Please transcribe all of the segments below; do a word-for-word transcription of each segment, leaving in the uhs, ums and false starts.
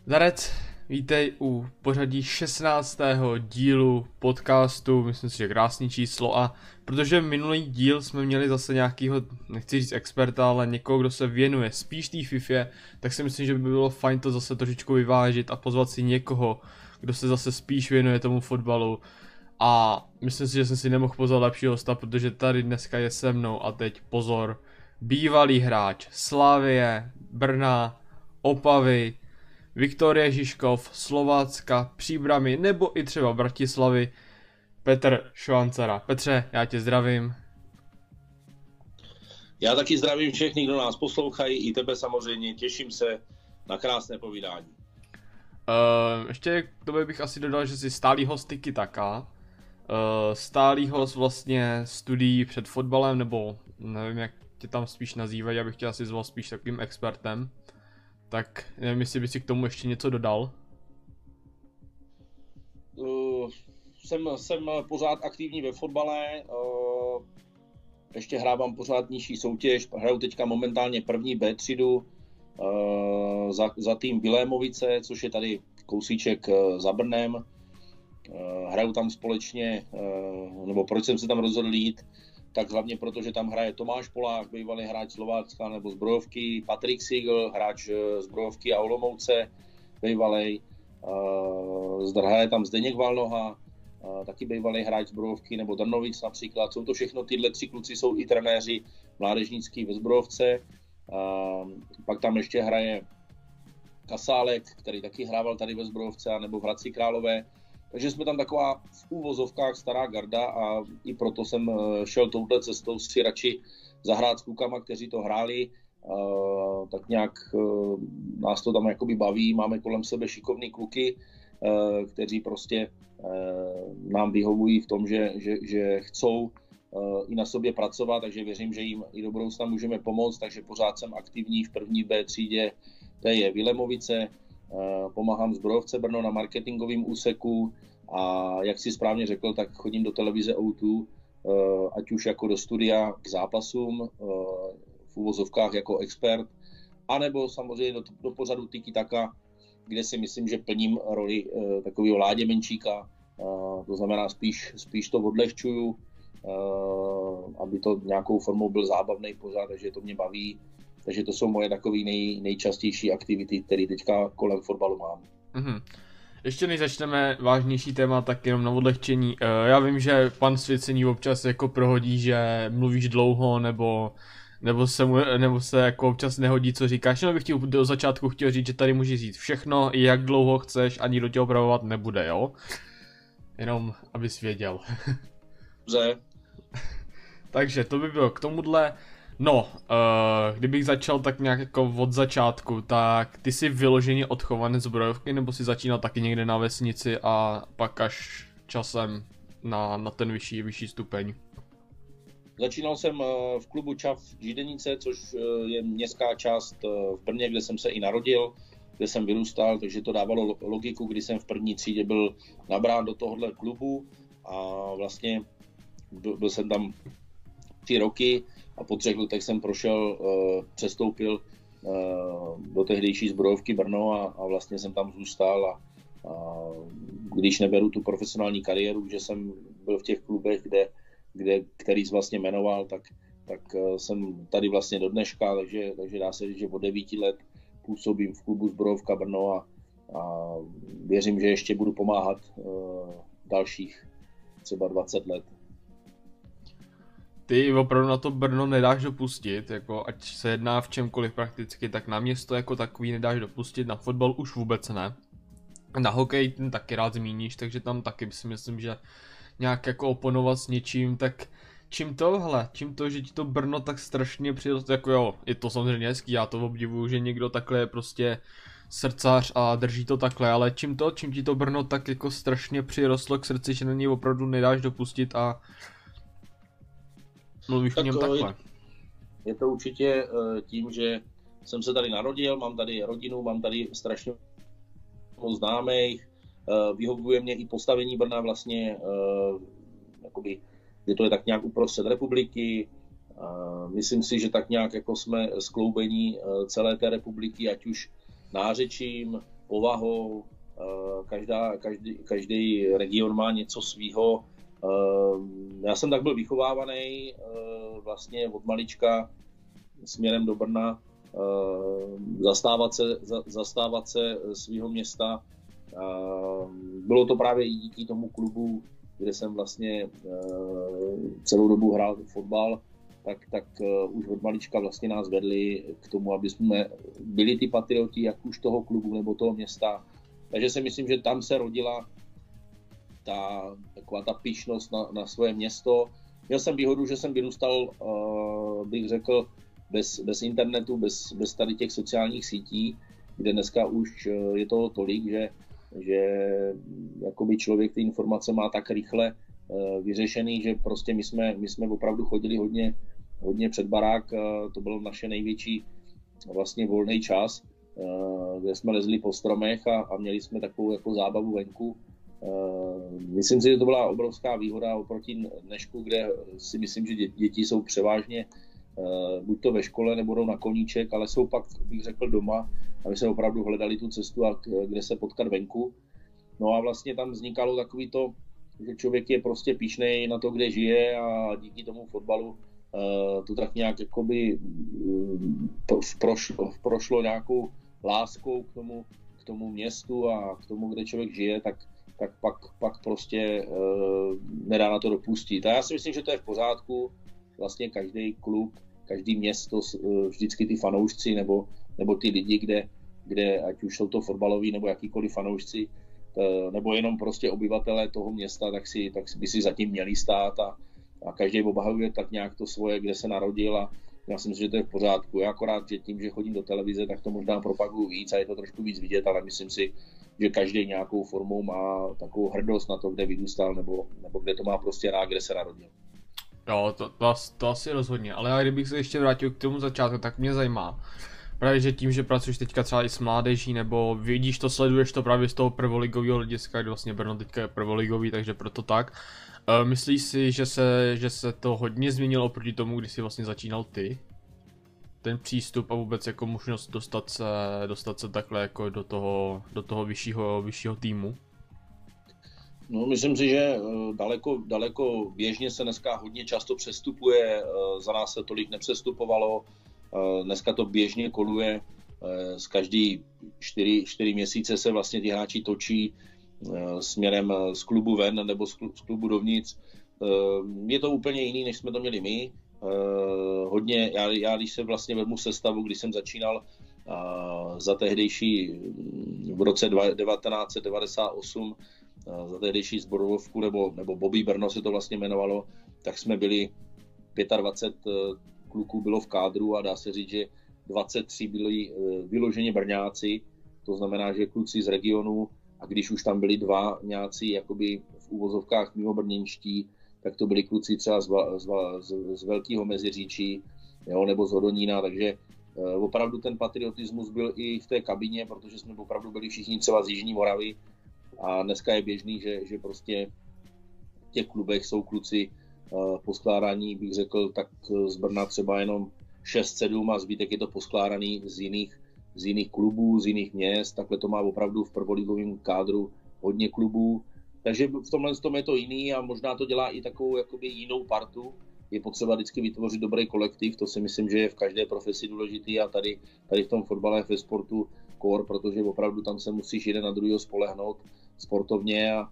Darec, vítej u pořadí šestnáctého dílu podcastu, myslím si, že krásný číslo, a protože minulý díl jsme měli zase nějakýho, nechci říct experta, ale někoho, kdo se věnuje spíš té fifě, tak si myslím, že by bylo fajn to zase trošičku vyvážit a pozvat si někoho, kdo se zase spíš věnuje tomu fotbalu. A myslím si, že jsem si nemohl pozvat lepšího hosta, protože tady dneska je se mnou a teď pozor, bývalý hráč Slavie, Brna, Opavy, Viktorie Žižkov, Slovácka, Příbrami nebo i třeba Bratislavy, Petr Švancara. Petře, já tě zdravím. Já taky zdravím všechny, kdo nás poslouchají, i tebe samozřejmě, těším se na krásné povídání. Uh, ještě k tobě bych asi dodal, že jsi stálý host Tiki Taka. Uh, stálý host vlastně studií před fotbalem, nebo nevím, jak tě tam spíš nazývají, já bych tě asi zval spíš takovým expertem. Tak nevím, jestli by si k tomu ještě něco dodal. Uh, jsem, jsem pořád aktivní ve fotbale, uh, ještě hrávám pořád nižší soutěž, hraju teďka momentálně první B třídu uh, za, za tým Vilémovice, což je tady kousíček uh, za Brnem. Uh, hraju tam společně, uh, nebo proč jsem se tam rozhodl jít, tak hlavně proto, že tam hraje Tomáš Polák, bývalý hráč Slovácka nebo Zbrojovky, Patrik Siegl, hráč Zbrojovky a Olomouce, bývalý. Uh, hraje tam Zdeněk Valnoha, uh, taky bývalý hráč Zbrojovky nebo Drnovic například. Jsou to všechno, tyhle tři kluci jsou i trenéři mládežnický ve Zbrojovce. Uh, pak tam ještě hraje Kasálek, který taky hrával tady ve Zbrojovce nebo v Hradci Králové. Takže jsme tam taková v úvozovkách stará garda a i proto jsem šel touhle cestou si radši zahrát s klukama, kteří to hráli. Uh, tak nějak uh, nás to tam jakoby baví, máme kolem sebe šikovný kluky, uh, kteří prostě uh, nám vyhovují v tom, že, že, že chcou uh, i na sobě pracovat, takže věřím, že jim i do budoucna můžeme pomoct, takže pořád jsem aktivní v první B třídě, to je Vilémovice. Pomáhám Zbrojovce Brno na marketingovém úseku a jak si správně řekl, tak chodím do televize O dva, ať už jako do studia k zápasům, v uvozovkách jako expert, anebo samozřejmě do, do pořadu Tiki Taka, kde si myslím, že plním roli takového Ládě Menčíka, to znamená spíš, spíš to odlehčuju, aby to nějakou formou byl zábavný pořad, takže to mě baví. Takže to jsou moje takové nej, nejčastější aktivity, které teďka kolem fotbalu mám. Mm-hmm. Ještě než začneme vážnější téma, tak jenom na odlehčení. Já vím, že pan Svěcení občas jako prohodí, že mluvíš dlouho, nebo, nebo, se, mu, nebo se jako občas nehodí, co říkáš. Jenom bych chtěl do začátku chtěl říct, že tady můžeš říct všechno, i jak dlouho chceš, a nikdo tě opravovat nebude, jo? Jenom, abys věděl. Dobře. Takže to by bylo k tomuhle. No, uh, kdybych začal tak nějak jako od začátku, tak ty jsi vyloženě odchovaný z Zbrojovky, nebo jsi začínal taky někde na vesnici a pak až časem na, na ten vyšší, vyšší stupeň? Začínal jsem v klubu Čaf Židenice, což je městská část v Brně, kde jsem se i narodil, kde jsem vyrůstal, takže to dávalo logiku, kdy jsem v první třídě byl nabrán do tohohle klubu a vlastně byl, byl jsem tam tři roky. A po třech letech jsem prošel, uh, přestoupil uh, do tehdejší Zbrojovky Brno a, a vlastně jsem tam zůstal a, a když neberu tu profesionální kariéru, že jsem byl v těch klubech, kde, kde, který jsi vlastně jmenoval, tak, tak uh, jsem tady vlastně do dneška, takže, takže dá se říct, že od devíti let působím v klubu Zbrojovka Brno a, a věřím, že ještě budu pomáhat uh, dalších třeba dvacet let. Ty opravdu na to Brno nedáš dopustit, jako ať se jedná v čemkoliv prakticky, tak na město jako takový nedáš dopustit, na fotbal už vůbec ne. Na hokej ten taky rád zmíníš, takže tam taky si myslím, že nějak jako oponovat s něčím, tak čím tohle, čím to, že ti to Brno tak strašně přirostlo, jako jo, je to samozřejmě hezký, já to obdivuju, že někdo takhle je prostě srdcař a drží to takhle, ale čím to, čím ti to Brno tak jako strašně přirostlo k srdci, že na něj opravdu nedáš dopustit a mluvíš tak, o něm takhle. Je to určitě tím, že jsem se tady narodil, mám tady rodinu, mám tady strašně moc známých, vyhovuje mě i postavení Brna vlastně, jakoby, že to je tak nějak uprostřed republiky. Myslím si, že tak nějak jako jsme skloubení celé té republiky, ať už nářečím, povahou. Každá, každý, každý region má něco svýho. Já jsem tak byl vychovávaný vlastně od malička směrem do Brna, zastávat se, zastávat se svého města. Bylo to právě i díky tomu klubu, kde jsem vlastně celou dobu hrál fotbal, tak, tak už od malička vlastně nás vedli k tomu, aby jsme byli ty patrioti, jak už toho klubu nebo toho města. Takže si myslím, že tam se rodila ta, taková ta pyšnost na, na svoje město. Měl jsem výhodu, že jsem vyrůstal, bych řekl, bez, bez internetu, bez, bez tady těch sociálních sítí, kde dneska už je toho tolik, že, že jakoby člověk ty informace má tak rychle vyřešený, že prostě my jsme, my jsme opravdu chodili hodně, hodně před barák, to byl naše největší vlastně volný čas, kde jsme lezli po stromech a, a měli jsme takovou jako zábavu venku. Myslím si, že to byla obrovská výhoda oproti dnešku, kde si myslím, že děti jsou převážně buď to ve škole, nebo jdou na koníček, ale jsou pak, bych řekl, doma, aby se opravdu hledali tu cestu, a kde se potkat venku. No a vlastně tam vznikalo takový to, že člověk je prostě pyšnej na to, kde žije, a díky tomu fotbalu to tak nějak jakoby prošlo, prošlo nějakou láskou k tomu, k tomu městu a k tomu, kde člověk žije, tak, tak pak, pak prostě nedá na to dopustit. A já si myslím, že to je v pořádku. Vlastně každý klub, každý město, vždycky ty fanoušci nebo, nebo ty lidi, kde, kde ať už jsou to fotbaloví nebo jakýkoliv fanoušci, nebo jenom prostě obyvatelé toho města, tak, si, tak by si zatím měli stát a, a každý obhajuje tak nějak to svoje, kde se narodil, a já si myslím, že to je v pořádku. Já akorát, že tím, že chodím do televize, tak to možná propaguju víc a je to trošku víc vidět, ale myslím si, že každý nějakou formou má takovou hrdost na to, kde vyrůstal, nebo, nebo kde to má prostě rád, kde se narodil. Jo, to, to, to asi rozhodně, ale já kdybych se ještě vrátil k tomu začátku, tak mě zajímá. Právě, že tím, že pracuješ teďka třeba i s mládeží, nebo vidíš to, sleduješ to právě z toho prvoligového hlediska, kdy vlastně Brno teďka je prvoligový, takže proto tak. Uh, myslíš si, že se, že se to hodně změnilo oproti tomu, kdy jsi vlastně začínal ty? Ten přístup a vůbec jako možnost dostat se, dostat se takhle jako do toho, do toho vyššího, vyššího týmu? No, myslím si, že daleko, daleko běžně se dneska hodně často přestupuje, za nás se tolik nepřestupovalo, dneska to běžně koluje, z každý čtyři, čtyři měsíce se vlastně ty hráči točí směrem z klubu ven nebo z klubu dovnitř. Je to úplně jiný, než jsme to měli my. Hodně, já, já když se vlastně vezmu sestavu, když jsem začínal za tehdejší v roce devatenáct set devadesát osm, za tehdejší Zborovku, nebo, nebo Bobby Brno se to vlastně jmenovalo, tak jsme byli dvacet pět kluků bylo v kádru a dá se říct, že dvacet tři byli vyloženě Brňáci, to znamená, že kluci z regionu, a když už tam byli dva nějací jakoby v úvozovkách mimo brněnští, tak to byli kluci třeba z, z, z, z Velkého Meziříčí, jo, nebo z Hodonína, takže opravdu ten patriotismus byl i v té kabině, protože jsme opravdu byli všichni třeba z Jižní Moravy. A dneska je běžný, že, že prostě v těch klubech jsou kluci uh, poskládaní, bych řekl, tak z Brna třeba jenom šest sedm a zbytek je to poskládaný z jiných, z jiných klubů, z jiných měst. Takhle to má opravdu v prvoligovém kádru hodně klubů. Takže v tomhle tom je to jiný a možná to dělá i takovou jakoby jinou partu. Je potřeba vždycky vytvořit dobrý kolektiv, to si myslím, že je v každé profesi důležitý a tady, tady v tom fotbale, ve sportu kor, protože opravdu tam se musíš jeden na druhého spolehnout sportovně a,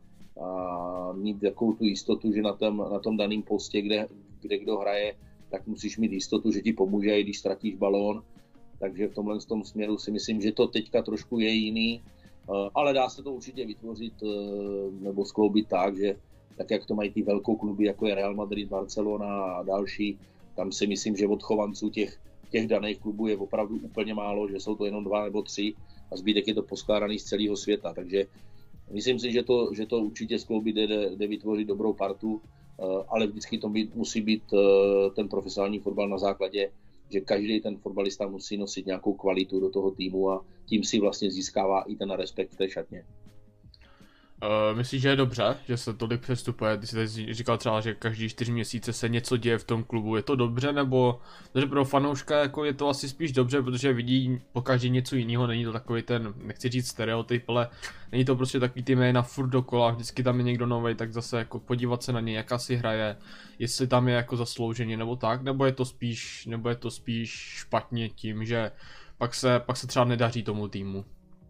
a mít takovou tu jistotu, že na tom, na tom daném postě, kde, kde kdo hraje, tak musíš mít jistotu, že ti pomůže, i když ztratíš balón. Takže v tomhle tom směru si myslím, že to teďka trošku je jiný, ale dá se to určitě vytvořit nebo skloubit tak, že tak jak to mají ty velkou kluby, jako je Real Madrid, Barcelona a další, tam si myslím, že od chovanců těch, těch daných klubů je opravdu úplně málo, že jsou to jenom dva nebo tři a zbytek je to poskládaný z celého světa, takže myslím si, že to, že to určitě skloubit jde, jde vytvořit dobrou partu, ale vždycky to být, musí být ten profesionální fotbal na základě, že každý ten fotbalista musí nosit nějakou kvalitu do toho týmu a tím si vlastně získává i ten respekt v té šatně. Uh, myslíš, že je dobře, že se tolik přestupuje? Ty jsi teď říkal třeba, že každý čtyři měsíce se něco děje v tom klubu. Je to dobře, nebo protože pro fanouška jako je to asi spíš dobře, protože vidí po každý něco jiného, není to takový ten, nechci říct stereotyp, ale není to prostě takový ty jména furt dokola, vždycky tam je někdo nový, tak zase jako podívat se na něj, jaká si hraje, jestli tam je jako zaslouženě nebo tak, nebo je to spíš, nebo je to spíš špatně tím, že pak se, pak se třeba nedaří tomu týmu.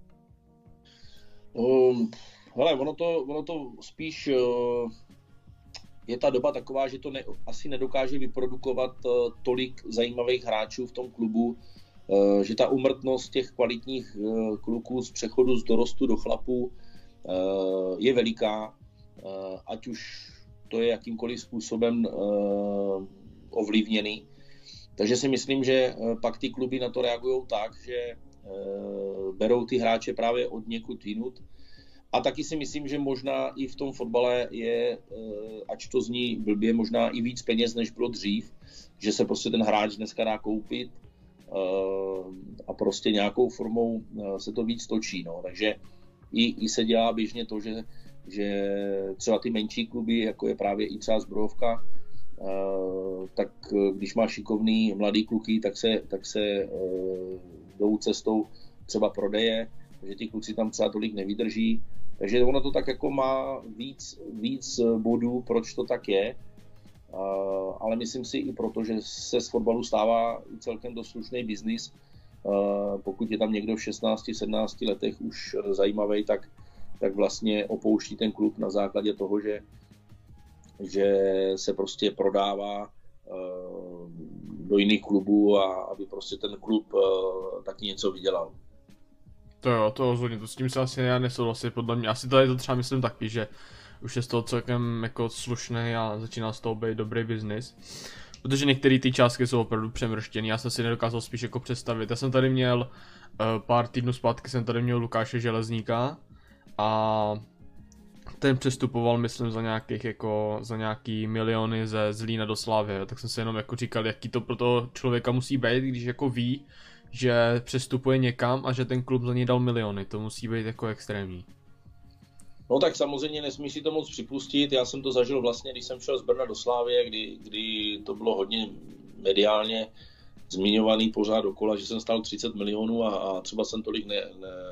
Um, hele, ono to, ono to spíš uh, je ta doba taková, že to ne, asi nedokáže vyprodukovat uh, tolik zajímavých hráčů v tom klubu, uh, že ta úmrtnost těch kvalitních uh, kluků z přechodu z dorostu do chlapů uh, je veliká, uh, ať už to je jakýmkoliv způsobem uh, ovlivněný. Takže si myslím, že uh, pak ty kluby na to reagují tak, že uh, berou ty hráče právě od někud jinut. A taky si myslím, že možná i v tom fotbale je, ač to zní blbě, možná i víc peněz, než bylo dřív, že se prostě ten hráč dneska dá koupit a prostě nějakou formou se to víc točí. No. Takže i, i se dělá běžně to, že, že třeba ty menší kluby, jako je právě i třeba Zbrojovka, tak když má šikovný mladý kluky, tak se, tak se jdou cestou třeba prodeje, že ti kluci tam třeba tolik nevydrží. Takže ono to tak jako má víc, víc bodů, proč to tak je. Ale myslím si i proto, že se z fotbalu stává celkem dost slušný biznis. Pokud je tam někdo v šestnácti sedmnácti letech už zajímavý, tak, tak vlastně opouští ten klub na základě toho, že, že se prostě prodává do jiných klubů a aby prostě ten klub taky něco vydělal. To jo, to rozhodně, to s tím se asi já nesouhlasím, podle mě, asi to je to třeba myslím taky, že už je z toho celkem jako slušný a začíná z toho být dobrý biznis. Protože některé ty částky jsou opravdu přemrštěný, já jsem si nedokázal spíš jako představit. Já jsem tady měl, uh, pár týdnů zpátky jsem tady měl Lukáše Železníka a ten přestupoval, myslím, za nějakých jako, za nějaký miliony ze Zlína do Slavie, tak jsem si jenom jako říkal, jaký to pro toho člověka musí být, když jako ví, že přestupuje někam a že ten klub za něj dal miliony, to musí být jako extrémní. No tak samozřejmě nesmíš si to moc připustit, já jsem to zažil vlastně, když jsem šel z Brna do Slávie, kdy, kdy to bylo hodně mediálně zmiňovaný pořád dokola, že jsem stál třicet milionů a, a třeba jsem tolik ne,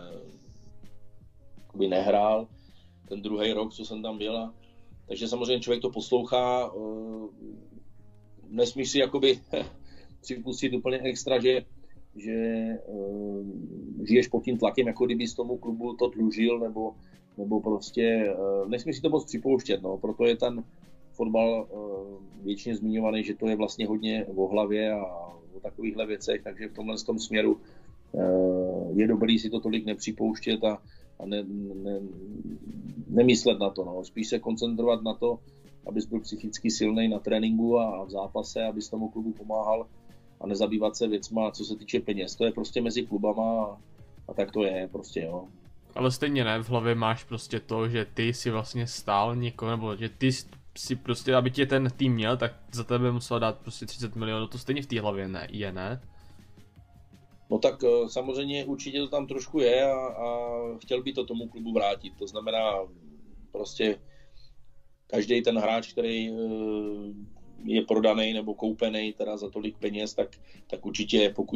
ne, nehrál ten druhý rok, co jsem tam byl. Takže samozřejmě člověk to poslouchá, nesmíš si jakoby připustit úplně extra, že že uh, žiješ pod tím tlakem, jako kdyby z tomu klubu to dlužil, nebo, nebo prostě uh, nesmí si to moc připouštět, no, proto je ten fotbal uh, většině zmiňovaný, že to je vlastně hodně o hlavě a o takovýchhle věcech, takže v tomhle tom směru uh, je dobrý si to tolik nepřipouštět a, a ne, ne, nemyslet na to, no, spíš se koncentrovat na to, abys byl psychicky silný na tréninku a, a v zápase, abys tomu klubu pomáhal a nezabývat se věcma, co se týče peněz. To je prostě mezi klubama a, a tak to je prostě, jo. Ale stejně ne, v hlavě máš prostě to, že ty si vlastně stál někoho, nebo že ty si prostě, aby tě ten tým měl, tak za tebe musel dát prostě třicet milionů, to stejně v té hlavě ne, je, ne? No tak samozřejmě určitě to tam trošku je a, a chtěl by to tomu klubu vrátit. To znamená prostě každý ten hráč, který je prodaný nebo koupený teda za tolik peněz, tak, tak určitě pokud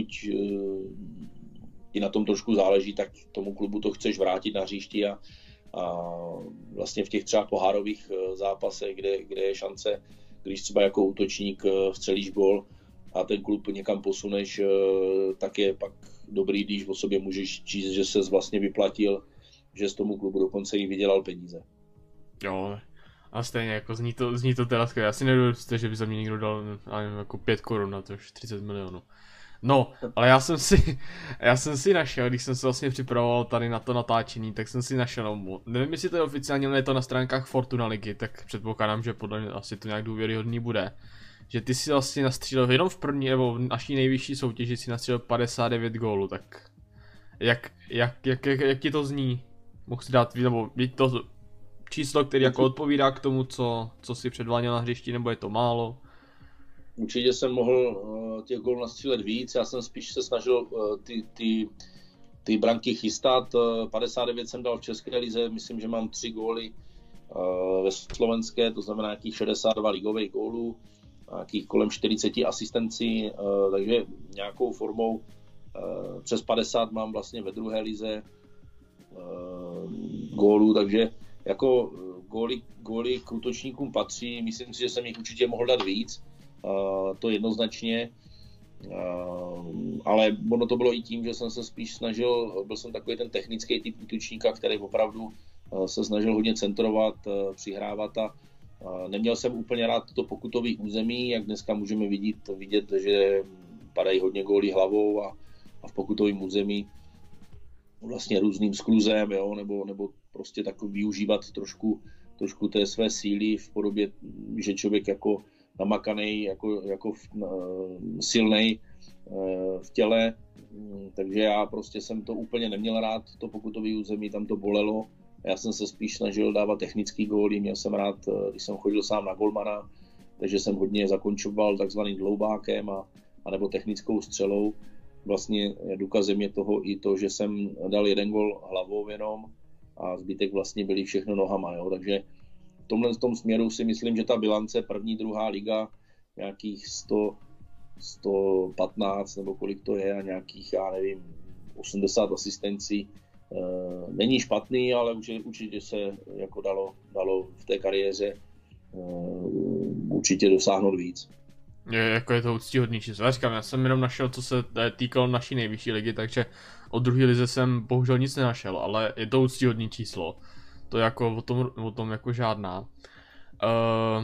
ti na tom trošku záleží, tak tomu klubu to chceš vrátit na hřišti a, a vlastně v těch třeba pohárových zápasech, kde, kde je šance, když třeba jako útočník vstřelíš gól a ten klub někam posuneš, tak je pak dobrý, když o sobě můžeš číst, že ses vlastně vyplatil, že z tomu klubu dokonce i vydělal peníze. Jo, a stejně jako zní to, zní to teda skvěle. Já si nedovedu představit, že by za mě někdo dal, nevím, jako pět korun na to, už třicet milionů. No, ale já jsem si, já jsem si našel, když jsem se vlastně připravoval tady na to natáčení, tak jsem si našel, no, nevím, jestli to je oficiálně, ale je to na stránkách Fortuna ligy, tak předpokládám, že podle mě asi to nějak důvěryhodný bude. Že ty si vlastně nastřílel jenom v první, nebo v naší nejvyšší soutěži si nastřílel padesát devět gólů, tak jak, jak, jak, jak, jak ti to zní? Mohl si dát, nebo být to číslo, který jako odpovídá k tomu, co, co si předváděl na hřišti, nebo je to málo? Určitě jsem mohl uh, těch gólů nastřílet víc, já jsem spíš se snažil uh, ty, ty, ty branky chystat. padesát devět jsem dal v České lize, myslím, že mám tři góly ve slovenské, to znamená nějakých šedesát dva ligových gólů, nějakých kolem čtyřicet asistencí, takže nějakou formou přes padesát mám vlastně ve druhé lize gólů, takže jako góly, góly k útočníkům patří, myslím si, že jsem jich určitě mohl dát víc, to jednoznačně, ale ono to bylo i tím, že jsem se spíš snažil, byl jsem takový ten technický typ útočníka, který opravdu se snažil hodně centrovat, přihrávat a neměl jsem úplně rád to pokutový území, jak dneska můžeme vidět, vidět že padají hodně gólí hlavou a, a v pokutovém území vlastně různým skluzem, jo, nebo, nebo prostě tak využívat trošku, trošku té své síly v podobě, že člověk jako namakanej, jako, jako silnej v těle, takže já prostě jsem to úplně neměl rád, to pokutové území, tam to bolelo. Já jsem se spíš snažil dávat technický góly, měl jsem rád, když jsem chodil sám na golmana, takže jsem hodně zakončoval takzvaným dloubákem a, a nebo technickou střelou. Vlastně důkazem je toho i to, že jsem dal jeden gól hlavou jenom a zbytek vlastně byli všechno nohama, jo. Takže v tomhle tom směru si myslím, že ta bilance první, druhá liga, nějakých sto, sto patnáct nebo kolik to je a nějakých, já nevím, osmdesát asistencí, není špatný, ale určitě, určitě se jako dalo, dalo v té kariéře určitě dosáhnout víc. Je, jako je to úctíhodný číslo. Já říkám, já jsem jenom našel, co se týkalo naší nejvyšší ligy, takže od druhé lize jsem bohužel nic nenašel, ale je to úctíhodný číslo. To je jako o tom, o tom jako žádná. Uh,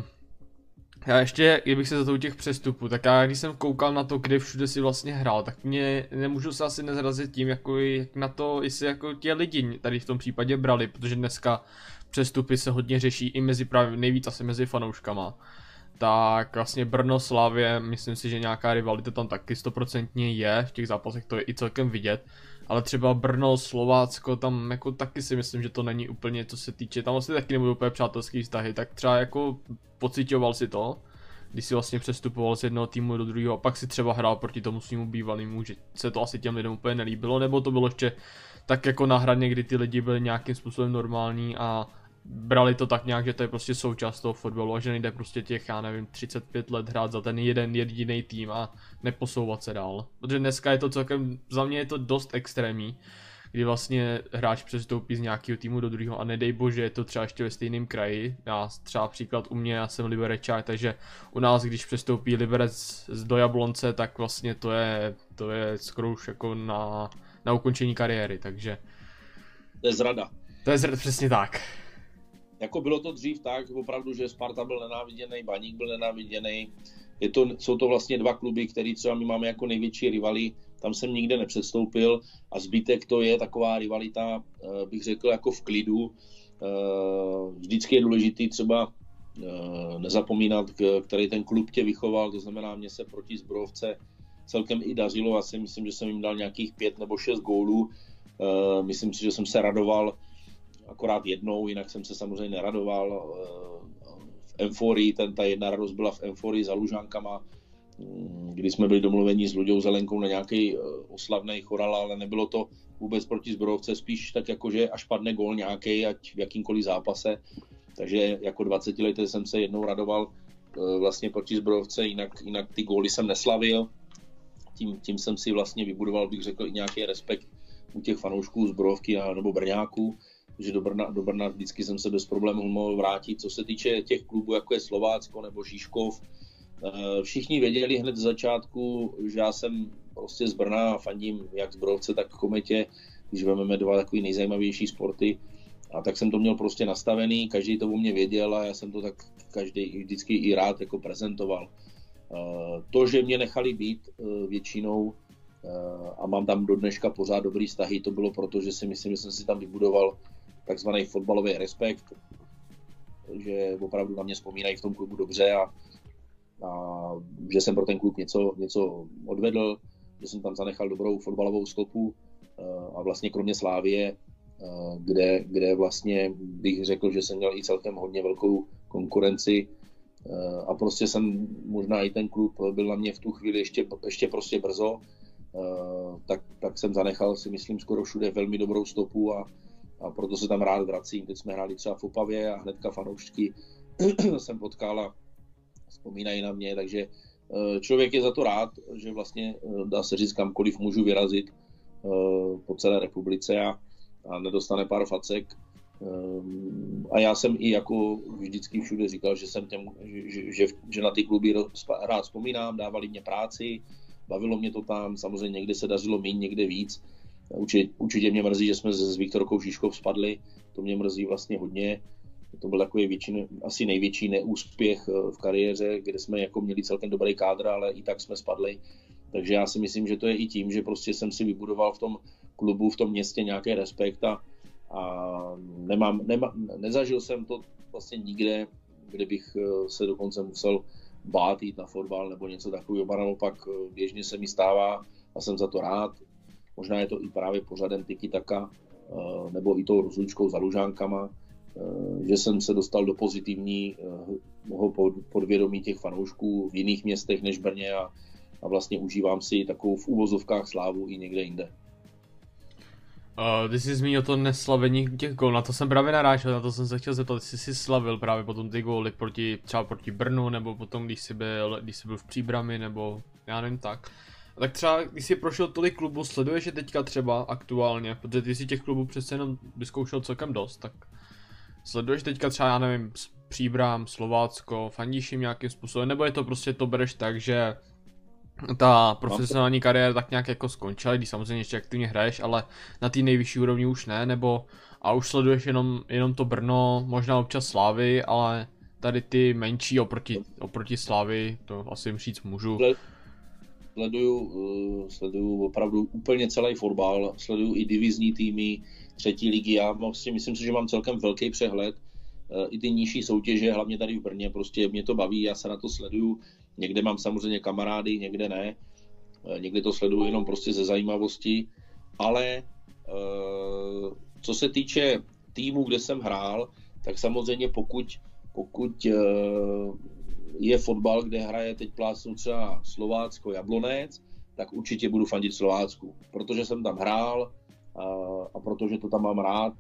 já ještě, kdybych se za to u těch přestupů, tak já když jsem koukal na to, kde všude si vlastně hrál, tak mě nemůžu se asi nezrazit tím, jako jak na to, jestli jako ti lidi tady v tom případě brali, protože dneska přestupy se hodně řeší i mezi právě nejvíc asi mezi fanouškama. Tak vlastně Brno, Slavie, myslím si, že nějaká rivalita tam taky stoprocentně je, v těch zápasech to je i celkem vidět. Ale třeba Brno, Slovácko, tam jako taky si myslím, že to není úplně, co se týče, tam vlastně taky nebudou úplně přátelský vztahy, tak třeba jako pocitoval si to, když si vlastně přestupoval z jednoho týmu do druhého a pak si třeba hrál proti tomu svýmu bývalému, že se to asi těm lidem úplně nelíbilo, nebo to bylo ještě tak jako na hraně, kdy ty lidi byli nějakým způsobem normální a brali to tak nějak, že to je prostě součást toho fotbalu a že nejde prostě těch, já nevím, třicet pět let hrát za ten jeden jediný tým a neposouvat se dál. Protože dneska je to celkem, za mě je to dost extrémní, kdy vlastně hráč přestoupí z nějakého týmu do druhého a nedej bože, je to třeba ještě ve stejném kraji. Já třeba příklad u mě, já jsem Liberečák, takže u nás, když přestoupí Liberec do Jablonce, tak vlastně to je, to je skoro už jako na, na ukončení kariéry, takže... To je zrada. To je zrada, přesně tak. Jako bylo to dřív tak, opravdu, že Sparta byl nenáviděný, Baník byl nenáviděný. Je to, jsou to vlastně dva kluby, které třeba my máme jako největší rivali. Tam jsem nikde nepředstoupil a zbytek to je taková rivalita, bych řekl, jako v klidu. Vždycky je důležitý třeba nezapomínat, který ten klub tě vychoval, to znamená, mě se proti Zbrojovce celkem i dařilo. Já si myslím, že jsem jim dal nějakých pět nebo šest gólů. Myslím si, že jsem se radoval akorát jednou, jinak jsem se samozřejmě neradoval. V euforii, ten, ta jedna radost byla v euforii za Lužánkama, kdy jsme byli domluveni s Luďou Zelenkou na nějaký oslavný choral, ale nebylo to vůbec proti Zbrojovce, spíš tak jako, že až padne gól nějaký, ať v jakýmkoliv zápase. Takže jako dvacetiletý jsem se jednou radoval vlastně proti Zbrojovce, jinak, jinak ty góly jsem neslavil. Tím, tím jsem si vlastně vybudoval, bych řekl, i nějaký respekt u těch fanoušků Zbrojovky nebo Brňáků, že do Brna, do Brna vždycky jsem se bez problémů mohl vrátit. Co se týče těch klubů, jako je Slovácko nebo Žižkov, všichni věděli hned z začátku, že já jsem prostě z Brna a fandím jak Zbrojovce, tak Kometě, když vezmeme dva takový nejzajímavější sporty. A tak jsem to měl prostě nastavený, každý to o mě věděl a já jsem to tak každý vždycky i rád jako prezentoval. To, že mě nechali být většinou a mám tam do dneška pořád dobrý vztahy, to bylo proto, že si myslím, že jsem si tam vybudoval takzvaný fotbalový respekt, že opravdu na mě vzpomínají v tom klubu dobře a, a že jsem pro ten klub něco, něco odvedl, že jsem tam zanechal dobrou fotbalovou stopu a vlastně kromě Slávie, kde, kde vlastně bych řekl, že jsem měl i celkem hodně velkou konkurenci a prostě jsem možná i ten klub byl na mě v tu chvíli ještě, ještě prostě brzo, tak, tak jsem zanechal si myslím skoro všude velmi dobrou stopu a, a proto se tam rád vracím. Teď jsme hráli třeba v Opavě a hnedka fanoušky jsem potkal a vzpomínají na mě, takže člověk je za to rád, že vlastně dá se říct kamkoliv můžu vyrazit po celé republice a, a nedostane pár facek. A já jsem i jako vždycky všude říkal, že jsem těm, že, že, že na ty kluby rád vzpomínám, dávali mě práci, bavilo mě to tam, samozřejmě někde se dařilo méně, někde víc. Určitě, určitě mě mrzí, že jsme s Viktorkou Žižkov spadli, to mě mrzí vlastně hodně. To byl takový většin, asi největší neúspěch v kariéře, kde jsme jako měli celkem dobrý kádr, ale i tak jsme spadli. Takže já si myslím, že to je i tím, že prostě jsem si vybudoval v tom klubu, v tom městě nějaký respekt a, a nemám, nema, nezažil jsem to vlastně nikde, kde bych se dokonce musel bát jít na fotbal nebo něco takového. A naopak běžně se mi stává a jsem za to rád. Možná je to i právě pořadem Tiki Taka nebo i tou rozlučkou za Lužánkama, že jsem se dostal do pozitivního podvědomí těch fanoušků v jiných městech než Brně a, a vlastně užívám si takovou v úvozovkách slávu i někde jinde. Uh, ty jsi zmínil to neslavení těch gól, na to jsem právě narážel, na to jsem se chtěl zeptat, jestli jsi slavil právě potom ty góly proti, třeba proti Brnu, nebo potom když jsi byl, když jsi byl v Příbrami, nebo já nevím tak. Tak třeba, když jsi prošel tolik klubů, sleduješ je teďka třeba aktuálně, protože ty jsi těch klubů přece jenom vyzkoušel celkem dost, tak sleduješ teďka třeba, já nevím, Příbram, Slovácko, fandíš jim nějakým způsobem, nebo je to prostě to bereš tak, že ta profesionální kariéra tak nějak jako skončila, když samozřejmě ještě aktivně hraješ, ale na té nejvyšší úrovni už ne, nebo a už sleduješ jenom, jenom to Brno, možná občas Slávy, ale tady ty menší oproti, oproti Slávy, to asi jim říct můžu. Sleduju, sleduju opravdu úplně celý fotbal, sleduju i divizní týmy, třetí ligy, já vlastně myslím si, že mám celkem velký přehled, i ty nižší soutěže, hlavně tady v Brně, prostě mě to baví, já se na to sleduju, někde mám samozřejmě kamarády, někde ne, někde to sleduju jenom prostě ze zajímavosti, ale co se týče týmu, kde jsem hrál, tak samozřejmě pokud, pokud je fotbal, kde hraje teď plásnu třeba Slovácko, Jablonec, tak určitě budu fandit Slovácku, protože jsem tam hrál a, a protože to tam mám rád,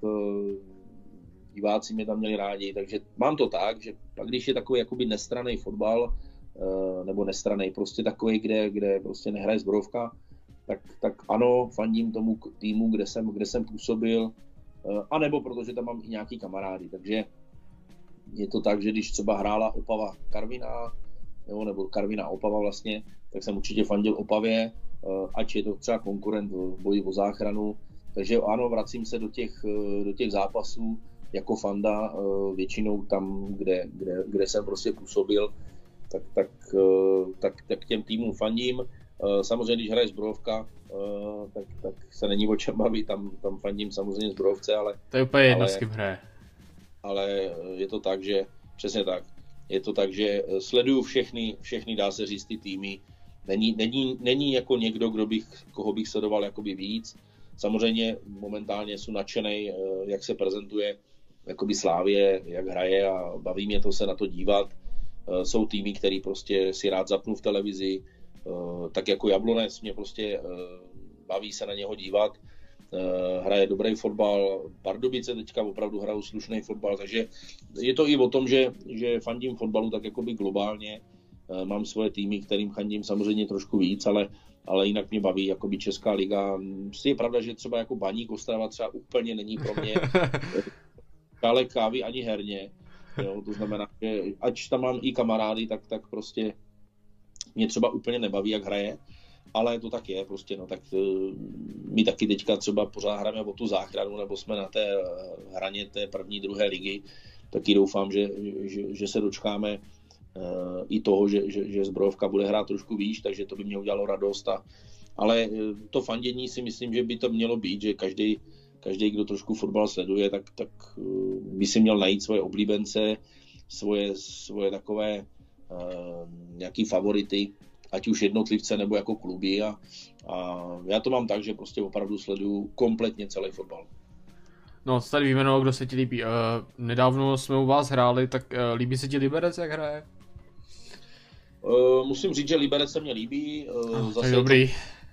diváci mě tam měli rádi, takže mám to tak, že pak když je takový jakoby nestranný fotbal, nebo nestranný, prostě takový, kde, kde prostě nehraje zbrojovka, tak, tak ano, fandím tomu týmu, kde jsem, kde jsem působil, anebo protože tam mám i nějaký kamarády, takže je to tak, že když třeba hrála Opava Karviná, nebo, nebo Karviná Opava vlastně, tak jsem určitě fandil Opavě, ať je to třeba konkurent v boji o záchranu, takže ano, vracím se do těch, do těch zápasů jako fanda, většinou tam, kde, kde, kde jsem prostě působil, tak, tak, tak, tak těm týmům fandím. Samozřejmě, když hraje zbrojovka, tak, tak se není o čem bavit, tam, tam fandím samozřejmě zbrojovce, ale... To je úplně jedno, s kým hraje. Ale je to tak, že přesně tak. Je to tak, že sleduju všechny, všechny dá se říct, ty týmy. Není, není, není jako někdo, kdo bych, koho bych sledoval jakoby víc. Samozřejmě momentálně jsem nadšenej, jak se prezentuje jakoby Slávie, jak hraje a baví mě to se na to dívat. Jsou týmy, který prostě si rád zapnu v televizi, tak jako Jablonec mě prostě baví se na něho dívat. Hraje dobrý fotbal, Pardubice teďka opravdu hrajou slušný fotbal, takže je to i o tom, že, že fandím fotbalu tak jakoby globálně. Mám svoje týmy, kterým fandím samozřejmě trošku víc, ale, ale jinak mě baví jakoby Česká liga. Je pravda, že třeba jako Baník Ostrava třeba úplně není pro mě ale kávy ani herně. Jo, to znamená, že ať tam mám i kamarády, tak, tak prostě mě třeba úplně nebaví, jak hraje. Ale to tak je, prostě, no tak my taky teďka třeba pořád hrajeme o tu záchranu, nebo jsme na té hraně té první, druhé ligy, taky doufám, že, že, že se dočkáme uh, i toho, že, že, že zbrojovka bude hrát trošku výš, takže to by mě udělalo radost. A, ale to fandění si myslím, že by to mělo být, že každý, každý kdo trošku fotbal sleduje, tak, tak uh, by si měl najít svoje oblíbence, svoje, svoje takové uh, nějaký favority, ať už jednotlivce nebo jako kluby a, a já to mám tak, že prostě opravdu sleduju kompletně celý fotbal. No, co tady vyjmenoval, kdo se ti líbí. Uh, nedávno jsme u vás hráli, tak uh, líbí se ti Liberec, jak hraje? Uh, musím říct, že Liberec se mě líbí. Uh, oh, zase dobrý.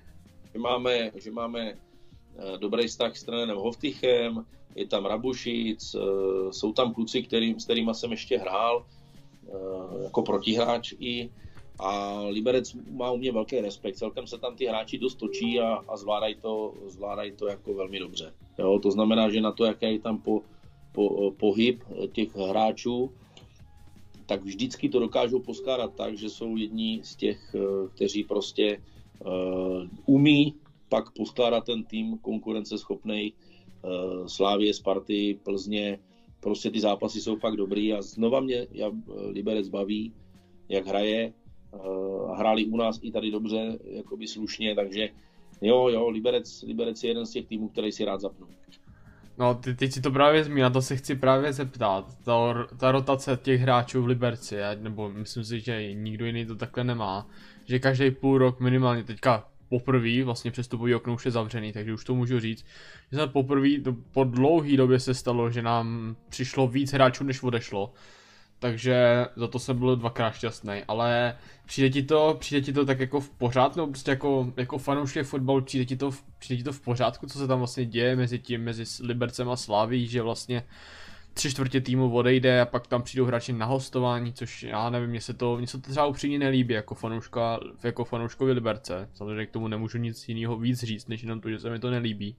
že máme, že máme dobrý vztah s trenérem Hoftychem, je tam Rabušic, jsou tam kluci, který, s kterými jsem ještě hrál jako protihráč i a Liberec má u mě velký respekt. Celkem se tam ty hráči dost točí a, a zvládají to, zvládají to jako velmi dobře. Jo, to znamená, že na to, jaký je tam po, po, pohyb těch hráčů, tak vždycky to dokážou poskládat tak, že jsou jedni z těch, kteří prostě uh, umí pak poskládat ten tým konkurenceschopnej. Uh, Slávie, Sparty, Plzně, prostě ty zápasy jsou fakt dobrý a znova mě já, Liberec baví, jak hraje. Uh, hráli u nás i tady dobře, jakoby slušně, takže jo, jo, Liberec, Liberec je jeden z těch týmů, který si rád zapnu. No, ty, teď si to právě zmínil, na to se chci právě zeptat. Ta, ta rotace těch hráčů v Liberci, nebo myslím si, že nikdo jiný to takhle nemá, že každý půl rok minimálně teďka poprvé, vlastně přestupový okno už je zavřený, takže už to můžu říct, že se poprvé, po dlouhý době se stalo, že nám přišlo víc hráčů, než odešlo. Takže za to jsem byl dvakrát šťastný, ale přijde ti to, přijde ti to tak jako v pořádku, nebo prostě jako, jako fanoušek fotbalu, přijde ti, to, přijde ti to v pořádku, co se tam vlastně děje mezi tím, mezi Libercem a Slaví, že vlastně tři čtvrtě týmu odejde a pak tam přijdou hráči na hostování, což já nevím, mně se to, mně se to třeba upřímně nelíbí jako fanouška, jako fanouškovi Liberce, samozřejmě k tomu nemůžu nic jiného víc říct, než jenom to, že se mi to nelíbí.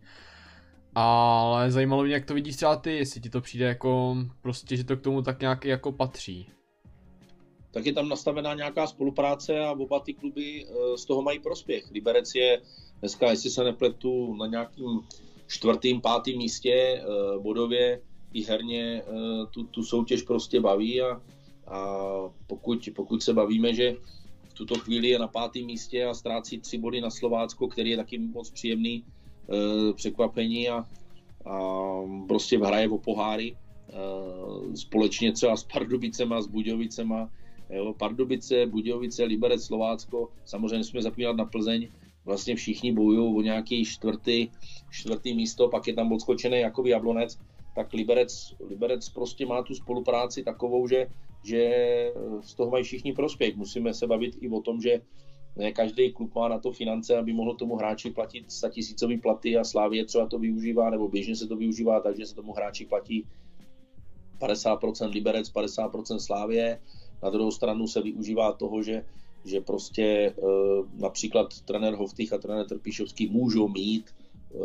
Ale zajímalo mě, jak to vidíš třeba ty, jestli ti to přijde jako prostě, že to k tomu tak nějak jako patří. Tak je tam nastavená nějaká spolupráce a oba ty kluby z toho mají prospěch. Liberec je dneska, jestli se nepletu, na nějakým čtvrtým, pátým místě bodově i herně tu, tu soutěž prostě baví a, a pokud, pokud se bavíme, že v tuto chvíli je na pátém místě a ztrácí tři body na Slovácko, který je taky moc příjemný překvapení a, a prostě hraje o poháry společně třeba s Pardubicema, s Budějovicema, jo, Pardubice, Budějovice, Liberec, Slovácko, samozřejmě jsme zapomínat na Plzeň, vlastně všichni bojují o nějaký čtvrtý, čtvrtý místo, pak je tam odskočený Jakub Jablonec, tak Liberec, Liberec prostě má tu spolupráci takovou, že, že z toho mají všichni prospěch. Musíme se bavit i o tom, že ne každý klub má na to finance, aby mohl tomu hráči platit statisícový platy a Slavie třeba to využívá, nebo běžně se to využívá, takže se tomu hráči platí padesát procent Liberec, padesát procent Slavie. Na druhou stranu se využívá toho, že, že prostě e, například trenér Hoftych a trenér Trpišovský můžou mít e,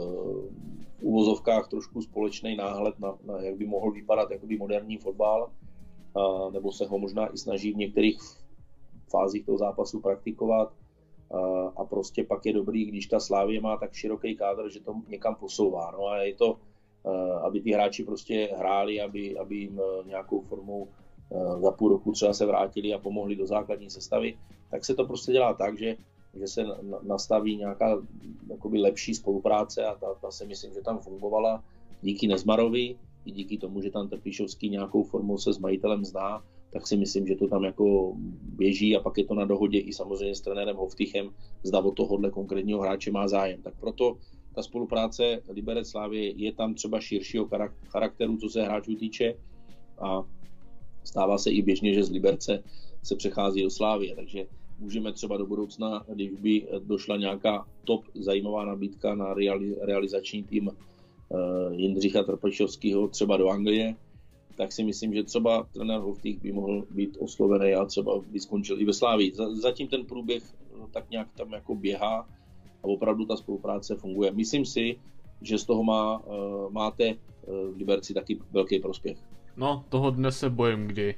v uvozovkách trošku společný náhled na, na jak by mohl vypadat jakoby moderní fotbal, a, nebo se ho možná i snaží v některých fázích toho zápasu praktikovat a, a prostě pak je dobrý, když ta Slavie má tak široký kádr, že to někam posouvá. No a je to, aby ty hráči prostě hráli, aby, aby jim nějakou formou za půl roku třeba se vrátili a pomohli do základní sestavy, tak se to prostě dělá tak, že, že se nastaví nějaká jakoby lepší spolupráce a ta, ta se myslím, že tam fungovala díky Nezmarovi i díky tomu, že tam Trpišovský nějakou formou se s majitelem zná, tak si myslím, že to tam jako běží a pak je to na dohodě i samozřejmě s trenérem Hoftychem, zda od tohohle konkrétního hráče má zájem. Tak proto ta spolupráce Liberec Slavie je tam třeba širšího charakteru, co se hráčů týče a stává se i běžně, že z Liberce se přechází do Slavie, takže můžeme třeba do budoucna, když by došla nějaká top zajímavá nabídka na realizační tým Jindřicha Trpišovského třeba do Anglie, tak si myslím, že třeba trenér Hoftych by mohl být oslovený a třeba by skončil i ve Slavii. Zatím ten průběh tak nějak tam jako běhá a opravdu ta spolupráce funguje. Myslím si, že z toho má, máte v Liberci taky velký prospěch. No, toho dnes se bojím, kdy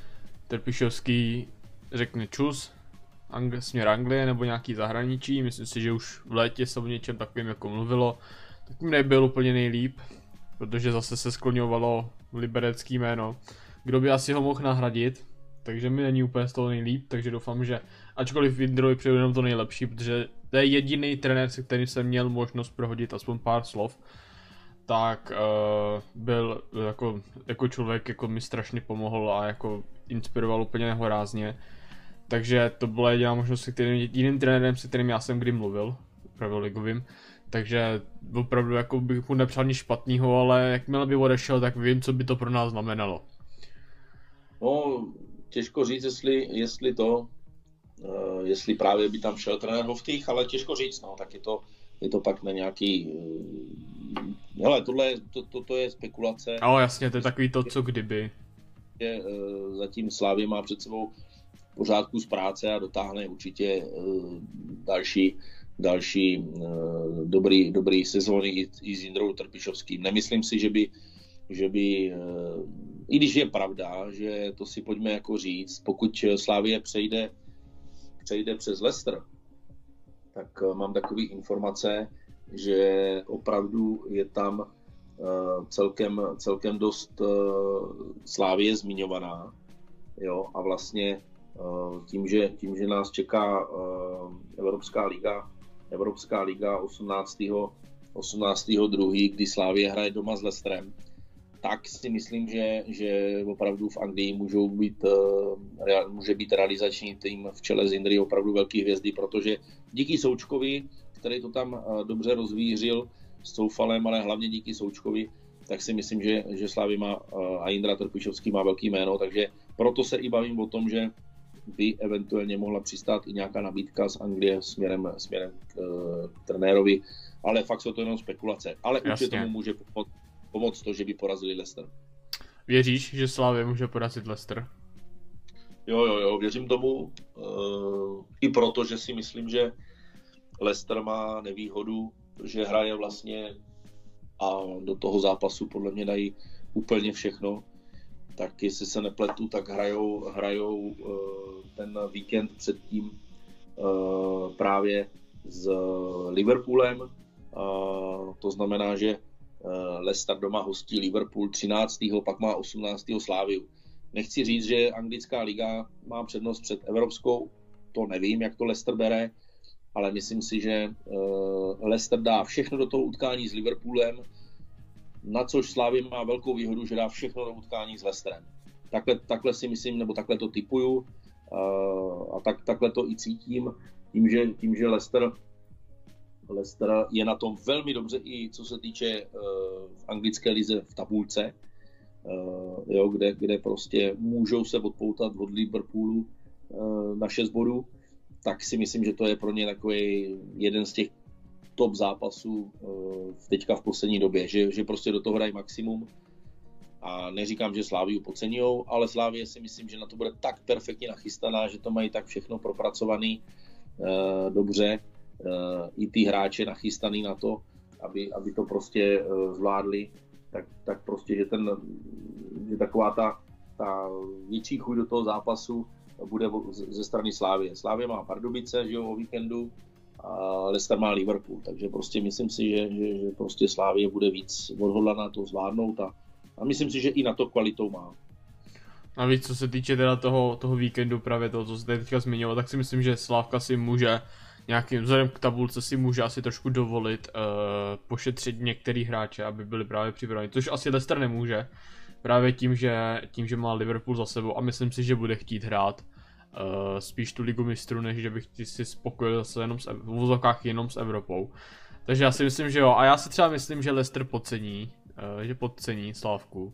Trpišovský řekne čus, Angl- směr Anglie nebo nějaký zahraničí. Myslím si, že už v létě se o něčem takovým jako mluvilo. Tak mi nebyl úplně nejlíp, protože zase se skloňovalo liberecký jméno. Kdo by asi ho mohl nahradit, takže mi není úplně z toho nejlíp, takže doufám, že ačkoliv Jindrovi přeju jenom to nejlepší, protože to je jediný trenér, se kterým jsem měl možnost prohodit aspoň pár slov, tak uh, byl jako, jako člověk, jako mi strašně pomohl a jako inspiroval úplně nehorázně. Takže to byla jediná možnost, se kterým, jediným trenérem, se kterým já jsem kdy mluvil, pravoligovým. Takže opravdu jako bych mu nepřál nic špatného, ale jakmile by odešel, tak vím, co by to pro nás znamenalo. No, těžko říct, jestli, jestli to, uh, jestli právě by tam šel trenér Hoftych, ale těžko říct, no, tak je to, je to pak na nějaký... Hele, tohle, to, to, to je spekulace. Ale jasně, to je takový to, co kdyby. Je, zatím Slavia má před sebou pořádku z práce a dotáhne určitě další, další dobrý, dobrý sezóny i, i s Jindrou Trpišovským. Nemyslím si, že by, že by, i když je pravda, že to si pojďme jako říct, pokud Slavie přejde, přejde přes Leicester, tak mám takové informace, že opravdu je tam uh, celkem, celkem dost uh, Slavie zmiňovaná. Jo? A vlastně uh, tím, že, tím, že nás čeká uh, Evropská liga, Evropská liga osmnáctého druhého kdy Slavie hraje doma s Leicesterem, tak si myslím, že, že opravdu v Anglii můžou být, uh, může být realizační tým v čele s Jindry opravdu velký hvězdy, protože díky Součkovi, který to tam dobře rozvířil s Coufalem, ale hlavně díky Součkovi, tak si myslím, že, že Slavia má a Jindra Trpišovský má velký jméno, takže proto se i bavím o tom, že by eventuálně mohla přistát i nějaká nabídka z Anglie směrem, směrem k, k trenérovi, ale fakt jsou to jenom spekulace. Ale určitě tomu může pomoct, pomoct to, že by porazili Leicester. Věříš, že Slavia může porazit Leicester? Jo, jo, jo, věřím tomu. Uh, I proto, že si myslím, že Leicester má nevýhodu, že hraje vlastně a do toho zápasu podle mě dají úplně všechno. Tak jestli se nepletu, tak hrajou, hrajou ten víkend předtím právě s Liverpoolem. To znamená, že Leicester doma hostí Liverpool třináctého pak má osmnáctého Slaviu. Nechci říct, že anglická liga má přednost před evropskou, to nevím, jak to Leicester bere, ale myslím si, že Leicester dá všechno do toho utkání s Liverpoolem, na což Slavia má velkou výhodu, že dá všechno do utkání s Leicesterem. Takhle, takhle si myslím, nebo takhle to tipuju a tak, takhle to i cítím, tím, že, tím, že Leicester, Leicester je na tom velmi dobře i co se týče v anglické lize v tabulce, jo, kde, kde prostě můžou se odpoutat od Liverpoolu na šest bodů, tak si myslím, že to je pro ně takový jeden z těch top zápasů teďka v poslední době, že, že prostě do toho hrají maximum a neříkám, že Slaviu podceňujou, ale Slavie si myslím, že na to bude tak perfektně nachystaná, že to mají tak všechno propracovaný dobře, i ty hráče nachystaný na to, aby, aby to prostě zvládli, tak, tak prostě, že, ten, že taková ta, ta větší chuť do toho zápasu bude ze strany Slavie. Slavie má Pardubice, že jo, o víkendu, a Leicester má Liverpool, takže prostě myslím si, že, že, že prostě Slavie bude víc odhodlaná to zvládnout a, a myslím si, že i na to kvalitou má. A víc, co se týče teda toho, toho víkendu, právě toho, co jste teďka zmiňoval, tak si myslím, že Slávka si může nějakým vzhledem k tabulce si může asi trošku dovolit uh, pošetřit některý hráče, aby byli právě připraveni, což asi Leicester nemůže, právě tím, že, tím, že má Liverpool za sebou a myslím si, že bude chtít hrát uh, spíš tu ligu mistrů, než že bych si spokojil zase jenom s, v vozovkách jenom s Evropou. Takže já si myslím, že jo, a já si třeba myslím, že Leicester podcení, uh, že podcení Slávku.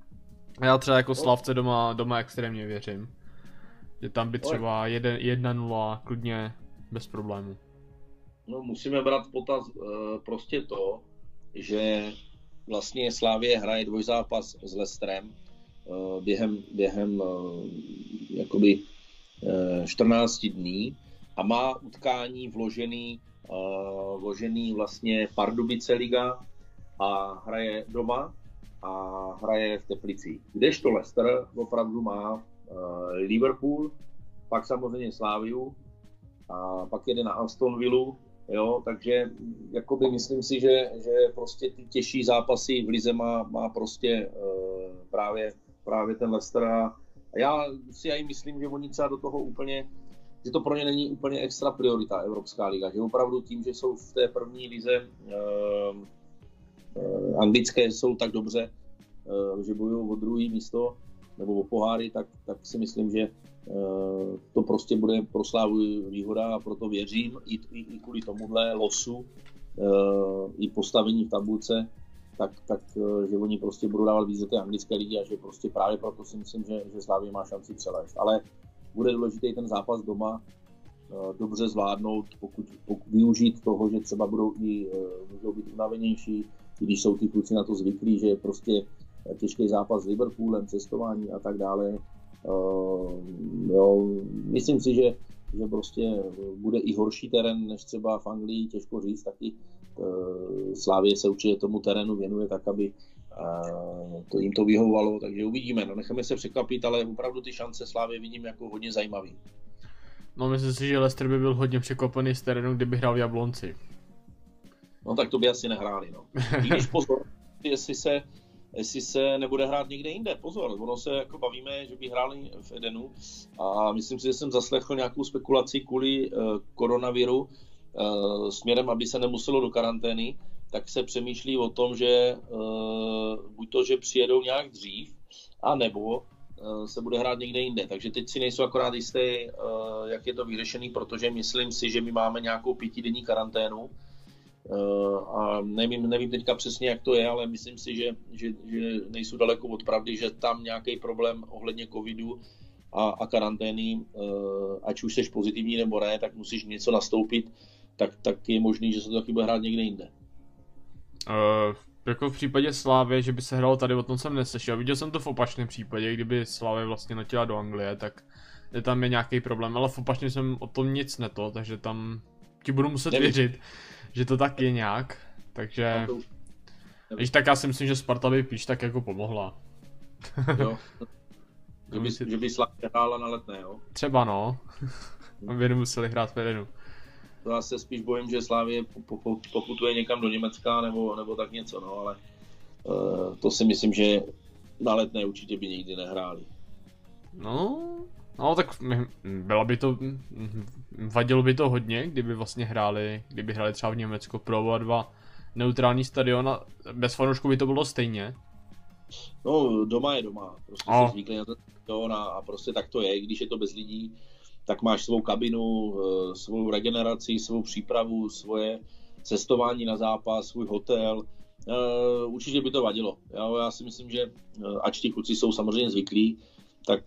A já třeba jako Slávce doma, doma extrémně věřím, že tam by třeba jedna nula klidně bez problému. No, musíme brát v potaz uh, prostě to, že vlastně Slavie hraje dvojzápas s Leicesterem uh, během, během uh, jakoby uh, čtrnáct dní a má utkání vložený, uh, vložený vlastně Pardubice liga a hraje doma a hraje v Teplicích. Kdežto Leicester opravdu má uh, Liverpool, pak samozřejmě Slaviu a pak jede na Aston Villu, jo, takže jakoby myslím si, že, že prostě ty těžší zápasy v lize má, má prostě uh, právě, právě ten Leicester a já si aj myslím, že oni třeba do toho úplně, že to pro ně není úplně extra priorita Evropská liga, že opravdu tím, že jsou v té první lize uh, uh, anglické jsou tak dobře, uh, že bojují o druhé místo nebo o poháry, tak, tak si myslím, že Uh, to prostě bude pro Slávu výhoda a proto věřím i, i, i kvůli tomuhle losu uh, i postavení v tabulce, tak, tak uh, že oni prostě budou dávat víc do té anglické ligy a že prostě právě proto si myslím, že, že Slavia má šanci přelézt. Ale bude důležitý ten zápas doma dobře zvládnout, pokud, pokud využít toho, že třeba budou i, můžou být unavenější, když jsou ty kluci na to zvyklí, že prostě těžký zápas s Liverpoolem, cestování a tak dále. Jo, myslím si, že, že prostě bude i horší terén než třeba v Anglii, těžko říct, taky Slavie se určitě tomu terénu věnuje tak, aby to jim to vyhovovalo, takže uvidíme, no, necháme se překvapit, ale opravdu ty šance Slavie vidím jako hodně zajímavý. No, myslím si, že Leicester by byl hodně překvapený z terénu, kdyby hrál v Jablonci. No tak to by asi nehráli, no. I když pozor, jestli se, jestli se nebude hrát někde jinde, pozor, ono se jako bavíme, že by hráli v Edenu a myslím si, že jsem zaslechl nějakou spekulaci kvůli uh, koronaviru uh, směrem, aby se nemuselo do karantény, tak se přemýšlí o tom, že uh, buď to, že přijedou nějak dřív, anebo uh, se bude hrát někde jinde. Takže teď si nejsou akorát jistý, uh, jak je to vyřešený, protože myslím si, že my máme nějakou pětidenní karanténu. Uh, a nevím, nevím teďka přesně, jak to je, ale myslím si, že, že, že nejsou daleko od pravdy, že tam nějaký problém ohledně covidu a, a karantény, uh, ať už jsi pozitivní nebo ne, tak musíš něco nastoupit, tak, tak je možný, že se to taky bude hrát někde jinde. Uh, jako v případě Slávy, že by se hralo tady, o tom jsem neslyšel. Viděl jsem to v opačném případě, kdyby Slávy vlastně letěla do Anglie, tak je tam je nějaký problém, ale v opačném jsem o tom nic neto, takže tam ti budu muset Nevím. věřit, že to tak je nějak, takže když tak já si myslím, že Sparta by píš tak jako pomohla. Jo, že by, že by Slávě hrála na Letné, jo? Třeba no, aby nemuseli hrát v Edenu. To já se spíš bojím, že Slávě poputuje někam do Německa nebo, nebo tak něco, no, ale uh, to si myslím, že na Letné určitě by nikdy nehráli. No, no tak bylo by to, vadilo by to hodně, kdyby vlastně hráli, kdyby hráli třeba v Německu pro oba dva neutrální stadion a bez fanoušků by to bylo stejně. No, doma je doma, prostě oh. se zvykli na to stadion a, a prostě tak to je, když je to bez lidí, tak máš svou kabinu, svou regeneraci, svou přípravu, svoje cestování na zápas, svůj hotel. Určitě by to vadilo. Já si myslím, že ač ti kluci jsou samozřejmě zvyklí, tak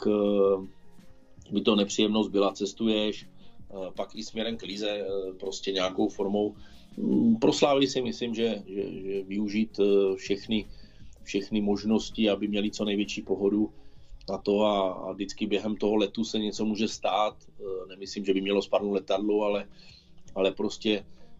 by to nepříjemnost byla. Cestuješ, pak i směrem k lize, prostě nějakou formou. Pro Slávy si myslím, že, že, že využít všechny, všechny možnosti, aby měli co největší pohodu na to a, a vždycky během toho letu se něco může stát. Nemyslím, že by mělo spadnout letadlo, ale, ale prostě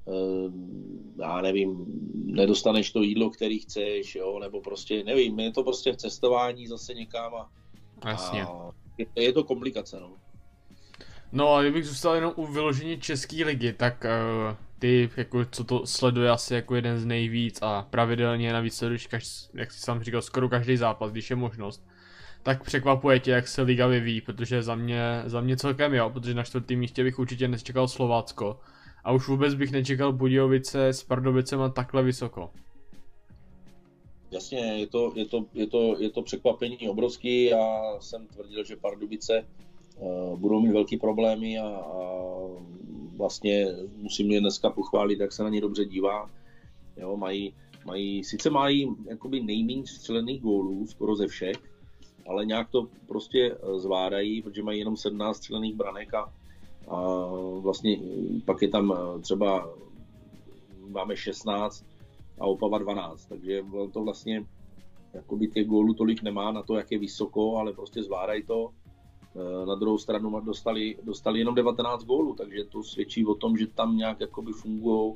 já nevím, nedostaneš to jídlo, který chceš, jo, nebo prostě nevím, je to prostě v cestování zase někam a, a je, je to komplikace, no. No a kdybych zůstal jenom u vyložení české ligy, tak uh, ty, jako, co to sleduje asi jako jeden z nejvíc a pravidelně navíc sleduješ, jak jsi sám říkal, skoro každý zápas, když je možnost, tak překvapuje tě, jak se liga vyvíjí, protože za mě, za mě celkem jo, protože na čtvrtém místě bych určitě nečekal Slovácko a už vůbec bych nečekal Budějovice s Pardubicema takhle vysoko. Jasně, je to, je to, je to, je to překvapení obrovský, já jsem tvrdil, že Pardubice uh, budou mít velký problémy a, a vlastně musím je dneska pochválit, jak se na ně dobře dívá. Jo, mají, mají, sice mají jakoby nejméně střelených gólů, skoro ze všech, ale nějak to prostě zvládají, protože mají jenom sedmnáct střelených branek a, a vlastně pak je tam třeba, máme šestnáct a Opava dvanáct, takže to vlastně jakoby těch gólů tolik nemá na to, jak je vysoko, ale prostě zvládají to. Na druhou stranu dostali, dostali jenom devatenáct gólů, takže to svědčí o tom, že tam nějak jakoby fungují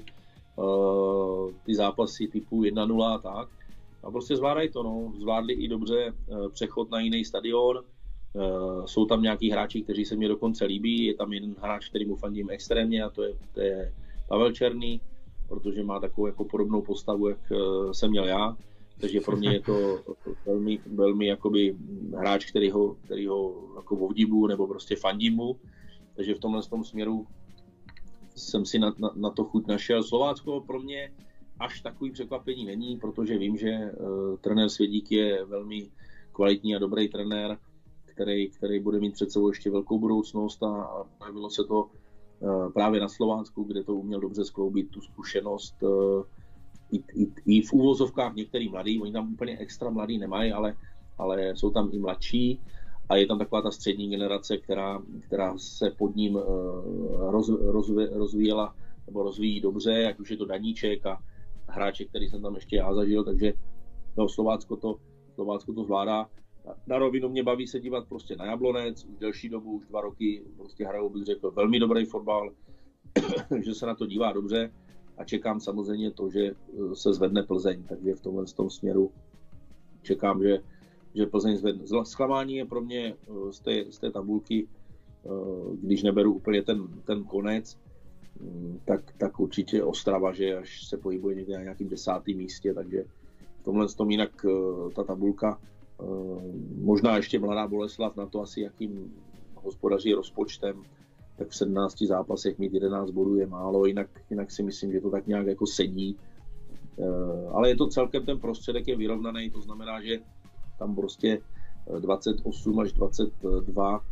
uh, ty zápasy typu jedna nula a tak. A prostě zvládají to, no. Zvládli i dobře přechod na jiný stadion. Jsou tam nějaký hráči, kteří se mě dokonce líbí. Je tam jeden hráč, který mu fandím extrémně a to je, to je Pavel Černý, protože má takovou jako podobnou postavu, jak jsem měl já. Takže pro mě je to velmi, velmi jakoby hráč, který ho, který ho jako obdivuju nebo prostě fandím mu. Takže v tomhle tom směru jsem si na, na, na to chuť našel. Slovácko pro mě až takový překvapení není, protože vím, že uh, trenér Svědík je velmi kvalitní a dobrý trenér, který, který bude mít před sebou ještě velkou budoucnost a, a projevilo se to uh, právě na Slovácku, kde to uměl dobře skloubit, tu zkušenost uh, i, i, i v úvozovkách některý mladý, oni tam úplně extra mladý nemají, ale, ale jsou tam i mladší a je tam taková ta střední generace, která, která se pod ním roz, rozvi, rozvíjela nebo rozvíjí dobře, ať už je to Daníček a hráček, který jsem tam ještě já zažil, takže no, Slovácko, to, Slovácko to zvládá. Na rovinu mě baví se dívat prostě na Jablonec, už delší dobu, už dva roky prostě hrajou, bych řekl, velmi dobrý fotbal, že se na to dívá dobře a čekám samozřejmě to, že se zvedne Plzeň, takže v tomhle tom směru čekám, že, že Plzeň zvedne. Zklamání je pro mě z té, z té tabulky, když neberu úplně ten, ten konec, tak, tak určitě Ostrava, že až se pohybuje někde na nějakým desátém místě, takže v tomhle tom jinak ta tabulka, možná ještě Mladá Boleslav na to asi, jakým hospodaří rozpočtem, tak v sedmnácti zápasech mít jedenáct bodů je málo, jinak, jinak si myslím, že to tak nějak jako sedí. Ale je to celkem, ten prostředek je vyrovnaný, to znamená, že tam prostě dvacet osm až dvacet dva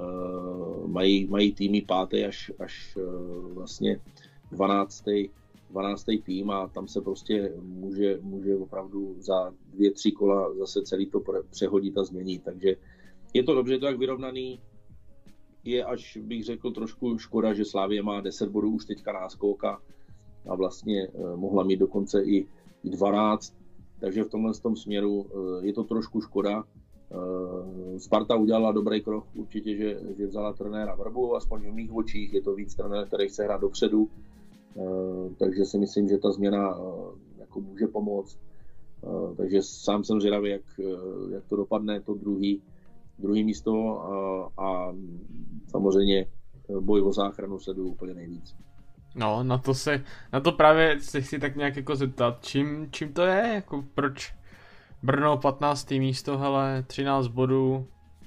mají, mají týmy pátý až, až vlastně dvanáctý dvanáctý tým a tam se prostě může, může opravdu za dvě, tři kola zase celý to přehodit a změnit. Takže je to dobře, je to tak vyrovnaný. Je až, bych řekl, trošku škoda, že Slavia má deset bodů už teďka náskok a, a vlastně mohla mít dokonce i, i dvanáct. Takže v tomhle tom směru je to trošku škoda. Sparta udělala dobrý krok, určitě, že, že vzala trenéra Vrbu, aspoň v mých očích, je to víc trenér, který chce hrát dopředu. Uh, takže si myslím, že ta změna uh, jako může pomoct. Uh, takže sám jsem zvědavý, jak, uh, jak to dopadne, to druhý, druhý místo uh, a samozřejmě boj o záchranu sleduju úplně nejvíc. No, na to se, na to právě se chci tak nějak jako zeptat, čím, čím to je, jako proč Brno patnácté místo, hele, třináct bodů.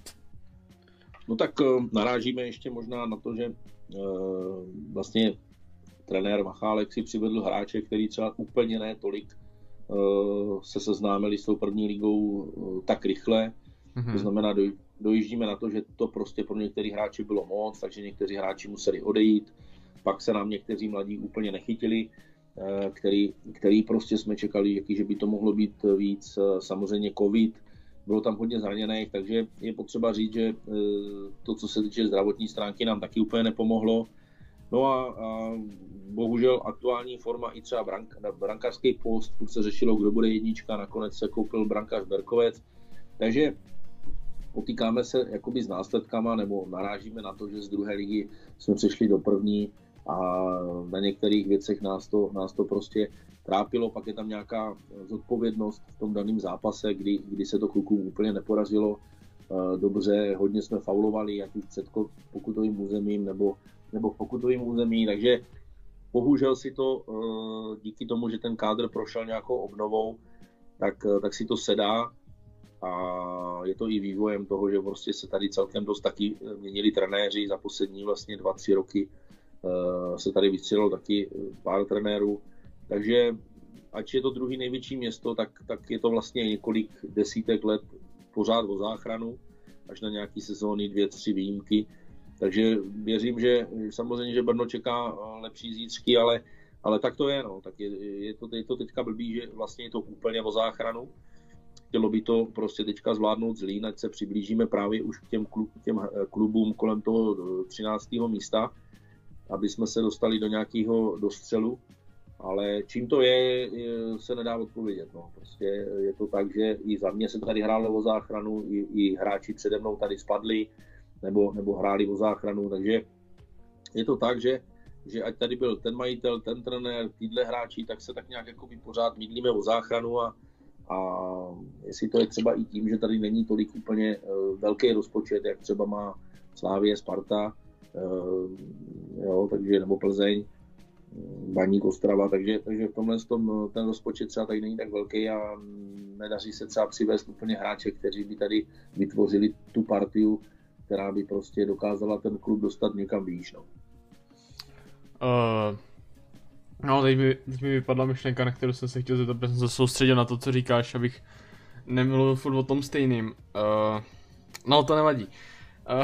No tak uh, narážíme ještě možná na to, že uh, vlastně trenér Machálek si přivedl hráče, který třeba úplně ne tolik uh, se seznámili s tou první ligou uh, tak rychle. Mm-hmm. To znamená, doj, dojíždíme na to, že to prostě pro některý hráči bylo moc, takže někteří hráči museli odejít. Pak se nám někteří mladí úplně nechytili, uh, který, který prostě jsme čekali, že by to mohlo být víc. Uh, samozřejmě covid, bylo tam hodně zraněných, takže je potřeba říct, že uh, to, co se týče zdravotní stránky, nám taky úplně nepomohlo. No a, a bohužel aktuální forma i třeba brank, brankářský post, furt se řešilo, kdo bude jednička, nakonec se koupil brankář Berkovec. Takže potýkáme se jakoby s následkama, nebo narážíme na to, že z druhé ligy jsme přešli do první a na některých věcech nás to, nás to prostě trápilo. Pak je tam nějaká zodpovědnost v tom daném zápase, kdy, kdy se to klukům úplně nepodařilo dobře, hodně jsme faulovali, ať už před pokutovým územím nebo nebo v pokutovém území, takže bohužel si to díky tomu, že ten kádr prošel nějakou obnovou, tak, tak si to sedá a je to i vývojem toho, že prostě se tady celkem dost taky měnili trenéři za poslední vlastně dva, tři roky se tady vystřelilo taky pár trenérů, takže ať je to druhý největší město, tak, tak je to vlastně několik desítek let pořád o záchranu, až na nějaký sezóny, dvě, tři výjimky. Takže věřím, že samozřejmě, že Brno čeká lepší zítřky, ale, ale tak to je, no. Tak je, je, to, je to teďka blbý, že vlastně je to úplně o záchranu. Chtělo by to prostě teďka zvládnout Zlín, ať se přiblížíme právě už k těm, klub, těm klubům kolem toho třináctého místa, aby jsme se dostali do nějakého dostřelu. Ale čím to je, je se nedá odpovědět. No. Prostě je to tak, že i za mě se tady hrálo o záchranu, i, i hráči přede mnou tady spadli, Nebo, nebo hráli o záchranu, takže je to tak, že, že ať tady byl ten majitel, ten trenér, týhle hráči, tak se tak nějak jakoby pořád mydlíme o záchranu a, a jestli to je třeba i tím, že tady není tolik úplně uh, velký rozpočet, jak třeba má Slavie, Sparta, uh, jo, takže, nebo Plzeň, Baník, Ostrava, takže, takže v tomhle tom, ten rozpočet třeba tady není tak velký a nedaří se třeba přivést úplně hráče, kteří by tady vytvořili tu partiu, která by prostě dokázala ten klub dostat někam výš, no. Uh, no, teď mi, teď mi vypadla myšlenka, na kterou jsem se chtěl zeptat, protože jsem se soustředil na to, co říkáš, abych nemluvil furt o tom stejným. Uh, no, to nevadí. Uh,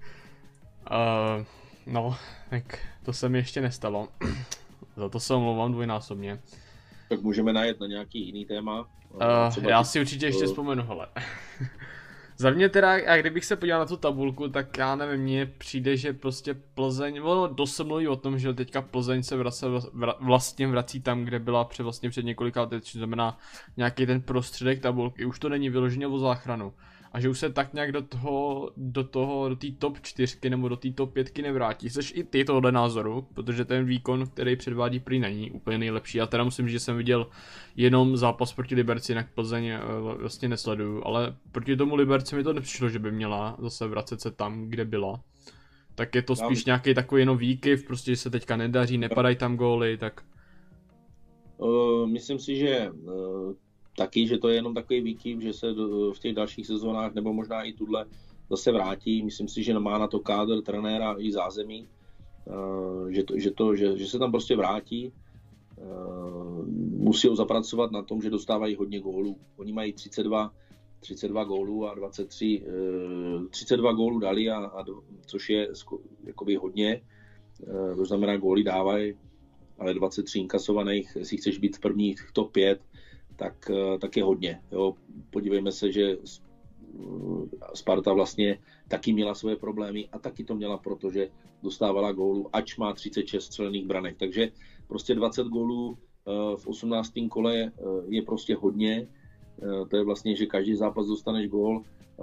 uh, no, tak to se mi ještě nestalo. Za to se omlouvám dvojnásobně. Tak můžeme najet na nějaký jiný téma. Uh, já si určitě ještě vzpomenu, hele. Za mě teda, a kdybych se podíval na tu tabulku, tak já nevím, mně přijde, že prostě Plzeň, ono dost se mluví o tom, že teďka Plzeň se vrací, vra, vlastně vrací tam, kde byla před, vlastně před několika lety, což znamená nějaký ten prostředek tabulky, už to není vyloženě o záchranu. A že už se tak nějak do toho, do toho, do té top čtyřky nebo do té top pětky nevrátí. Jseš i ty tohle názoru, protože ten výkon, který předvádí, prý není úplně nejlepší. Já teda musím říct, že jsem viděl jenom zápas proti Liberci, jinak Plzeň vlastně nesleduju, ale proti tomu Liberci mi to nepřišlo, že by měla zase vracet se tam, kde byla. Tak je to spíš nějaký takový jenom výkyv, prostě že se teďka nedaří, nepadají tam góly, tak... Uh, myslím si, že uh... taky, že to je jenom takový výkyv, že se do, v těch dalších sezónách nebo možná i tuhle zase vrátí. Myslím si, že má na to kádr, trenéra i zázemí, uh, že, to, že, to, že, že se tam prostě vrátí. Uh, musí ho zapracovat na tom, že dostávají hodně gólů. Oni mají třicet dva, třicet dva gólů a dvacet tři, uh, třicet dva gólů dali, a, a do, což je jakoby hodně. Uh, to znamená, góly dávají, ale dvacet tři inkasovaných, jestli chceš být v prvních top pět, tak, tak je hodně. Jo. Podívejme se, že Sparta vlastně taky měla svoje problémy a taky to měla, protože dostávala gólu, ač má třicet šest střelených branek. Takže prostě dvacet gólů v osmnáctém kole je prostě hodně. To je vlastně, že každý zápas dostaneš gól.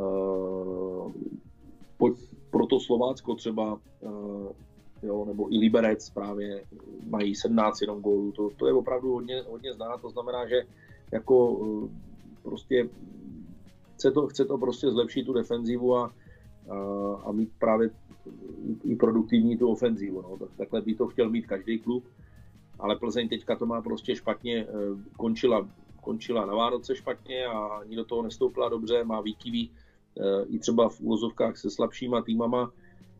Proto Slovácko třeba, jo, nebo i Liberec právě mají sedmnáct jenom gólů. To, to je opravdu hodně, hodně znát. To znamená, že jako prostě chce to, chce to prostě zlepšit tu defenzivu a, a, a mít právě i produktivní tu ofenzivu. No. Takhle by to chtěl mít každý klub, ale Plzeň teďka to má prostě špatně, končila, končila na Vánoce špatně a ani do toho nestoupila dobře, má výkyvy i třeba v úvozovkách se slabšíma týmama.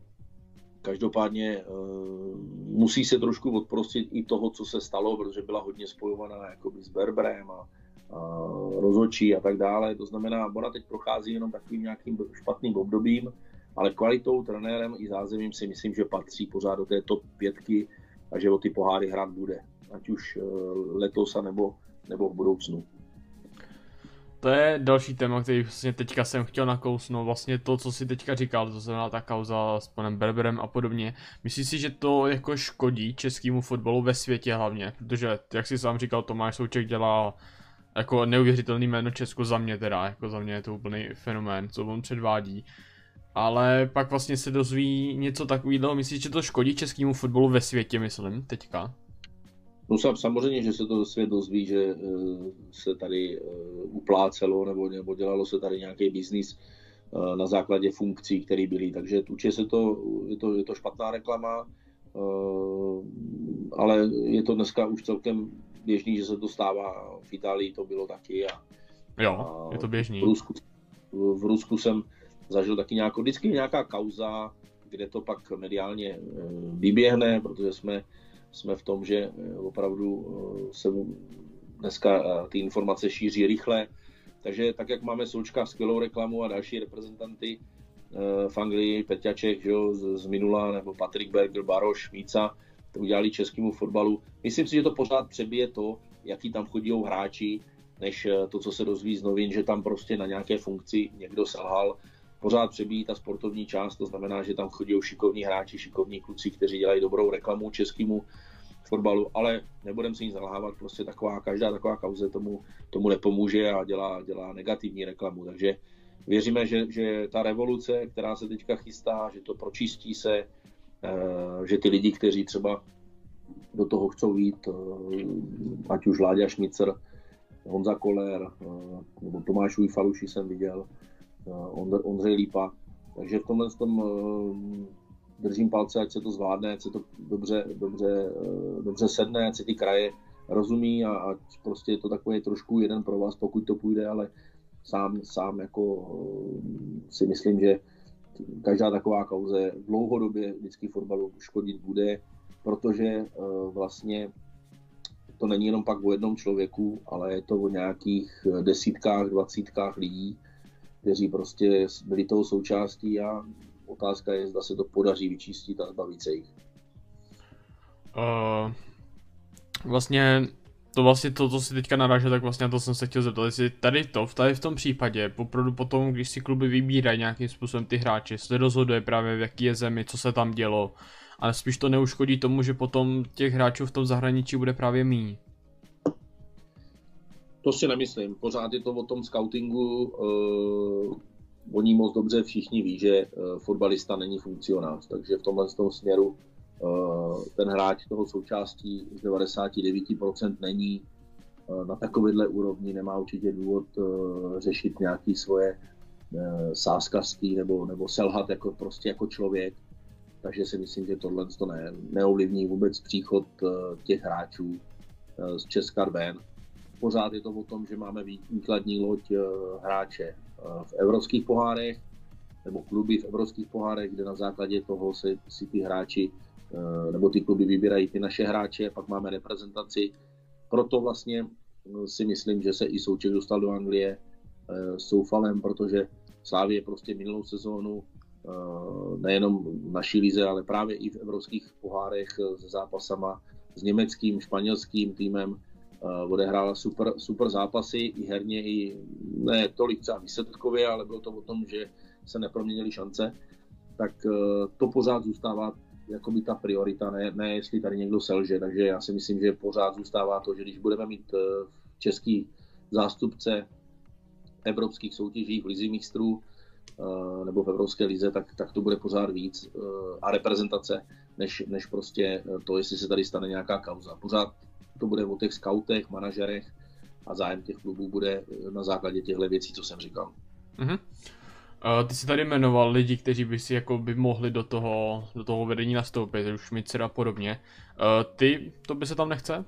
Každopádně uh, musí se trošku odprostit i toho, co se stalo, protože byla hodně spojovaná jakoby s Berberem a, a rozhodčí a tak dále. To znamená, ona teď prochází jenom takovým nějakým špatným obdobím, ale kvalitou, trenérem i zázemím si myslím, že patří pořád do té top pětky a že o ty poháry hrát bude. Ať už uh, letos a nebo, nebo v budoucnu. To je další téma, který vlastně teďka jsem chtěl nakousnout, vlastně to, co si teďka říkal, to znamená ta kauza s panem Berberem a podobně. Myslíš si, že to jako škodí českému fotbalu ve světě hlavně, protože, jak jsi sám říkal, Tomáš Souček dělá jako neuvěřitelný jméno Česku za mě teda, jako za mě je to úplný fenomén, co on předvádí. Ale pak vlastně se dozví něco takového, myslíš, že to škodí českému fotbalu ve světě, myslím, teďka? No samozřejmě, že se to svět dozví, že uh, se tady uh, uplácelo nebo, nebo dělalo se tady nějaký biznis uh, na základě funkcí, které byly. Takže určitě se to, je to, je to špatná reklama, uh, ale je to dneska už celkem běžný, že se to stává. V Itálii to bylo taky. A, jo, a je to běžný. V Rusku, v Rusku jsem zažil taky nějakou, vždycky nějaká kauza, kde to pak mediálně uh, vyběhne, protože jsme Jsme v tom, že opravdu se dneska ty informace šíří rychle. Takže tak, jak máme Součka skvělou reklamu a další reprezentanty v Anglii, Peťaček, že jo, z minula, nebo Patrik Berger, Baroš, Míca, to udělali českému fotbalu. Myslím si, že to pořád přebije to, jaký tam chodí hráči, než to, co se dozví z novin, že tam prostě na nějaké funkci někdo selhal. Pořád přebíjí ta sportovní část, to znamená, že tam chodí šikovní hráči, šikovní kluci, kteří dělají dobrou reklamu českému fotbalu, ale nebudeme si nic zalhávat, prostě taková, každá taková kauze tomu, tomu nepomůže a dělá, dělá negativní reklamu. Takže věříme, že, že ta revoluce, která se teďka chystá, že to pročistí se, že ty lidi, kteří třeba do toho chcou jít, ať už Láďa Šmicer, Honza Koller, nebo Tomáš Ujfaluši jsem viděl, Ondřej Lípa. Takže v tomhle tom držím palce, ať se to zvládne, ať se to dobře, dobře, dobře sedne, ať se ty kraje rozumí a ať prostě je to takový trošku jeden pro vás, pokud to půjde, ale sám, sám jako si myslím, že každá taková kauze dlouhodobě vždycky fotbalu škodit bude, protože vlastně to není jenom pak o jednom člověku, ale je to o nějakých desítkách, dvacítkách lidí, kteří prostě byli toho součástí a otázka je, zda se to podaří vyčistit a zbavit se jich. Uh, vlastně To vlastně to, co si teďka narážel, tak vlastně na to jsem se chtěl zeptat, jestli tady to, tady v tom případě, opravdu potom, když si kluby vybírají nějakým způsobem ty hráče, se rozhoduje právě v jaký je zemi, co se tam dělo, ale spíš to neuškodí tomu, že potom těch hráčů v tom zahraničí bude právě míň. To si nemyslím, pořád je to o tom scoutingu, uh, oni moc dobře všichni ví, že uh, fotbalista není funkcionář, takže v tomhle tom směru uh, ten hráč toho součástí z devadesát devět procent není, uh, na takovéhle úrovni nemá určitě důvod uh, řešit nějaké svoje uh, sázkařství nebo, nebo selhat jako, prostě jako člověk, takže si myslím, že tohle to ne, neovlivní vůbec příchod uh, těch hráčů uh, z Česka ven. Pořád je to o tom, že máme výkladní loď hráče v evropských pohárech nebo kluby v evropských pohárech, kde na základě toho si, si ty hráči nebo ty kluby vybírají ty naše hráče, pak máme reprezentaci. Proto vlastně si myslím, že se i Souček dostal do Anglie s Soufalem, protože Slavie prostě minulou sezónu nejenom v naší lize, ale právě i v evropských pohárech se zápasama s německým, španělským týmem odehrála super, super zápasy i herně, i ne tolik třeba výsledkově, ale bylo to o tom, že se neproměnily šance, tak to pořád zůstává jakoby ta priorita, ne, ne jestli tady někdo selže, takže já si myslím, že pořád zůstává to, že když budeme mít český zástupce evropských soutěží v lize mistrů nebo v evropské lize, tak, tak to bude pořád víc a reprezentace, než, než prostě to, jestli se tady stane nějaká kauza. Pořád to bude o těch scoutech, manažerech a zájem těch klubů bude na základě těchto věcí, co jsem říkal. Uh-huh. Uh, ty jsi tady jmenoval lidi, kteří by si jako by mohli do toho, do toho vedení nastoupit, už Šmicer a podobně. Uh, ty, to by se tam nechce?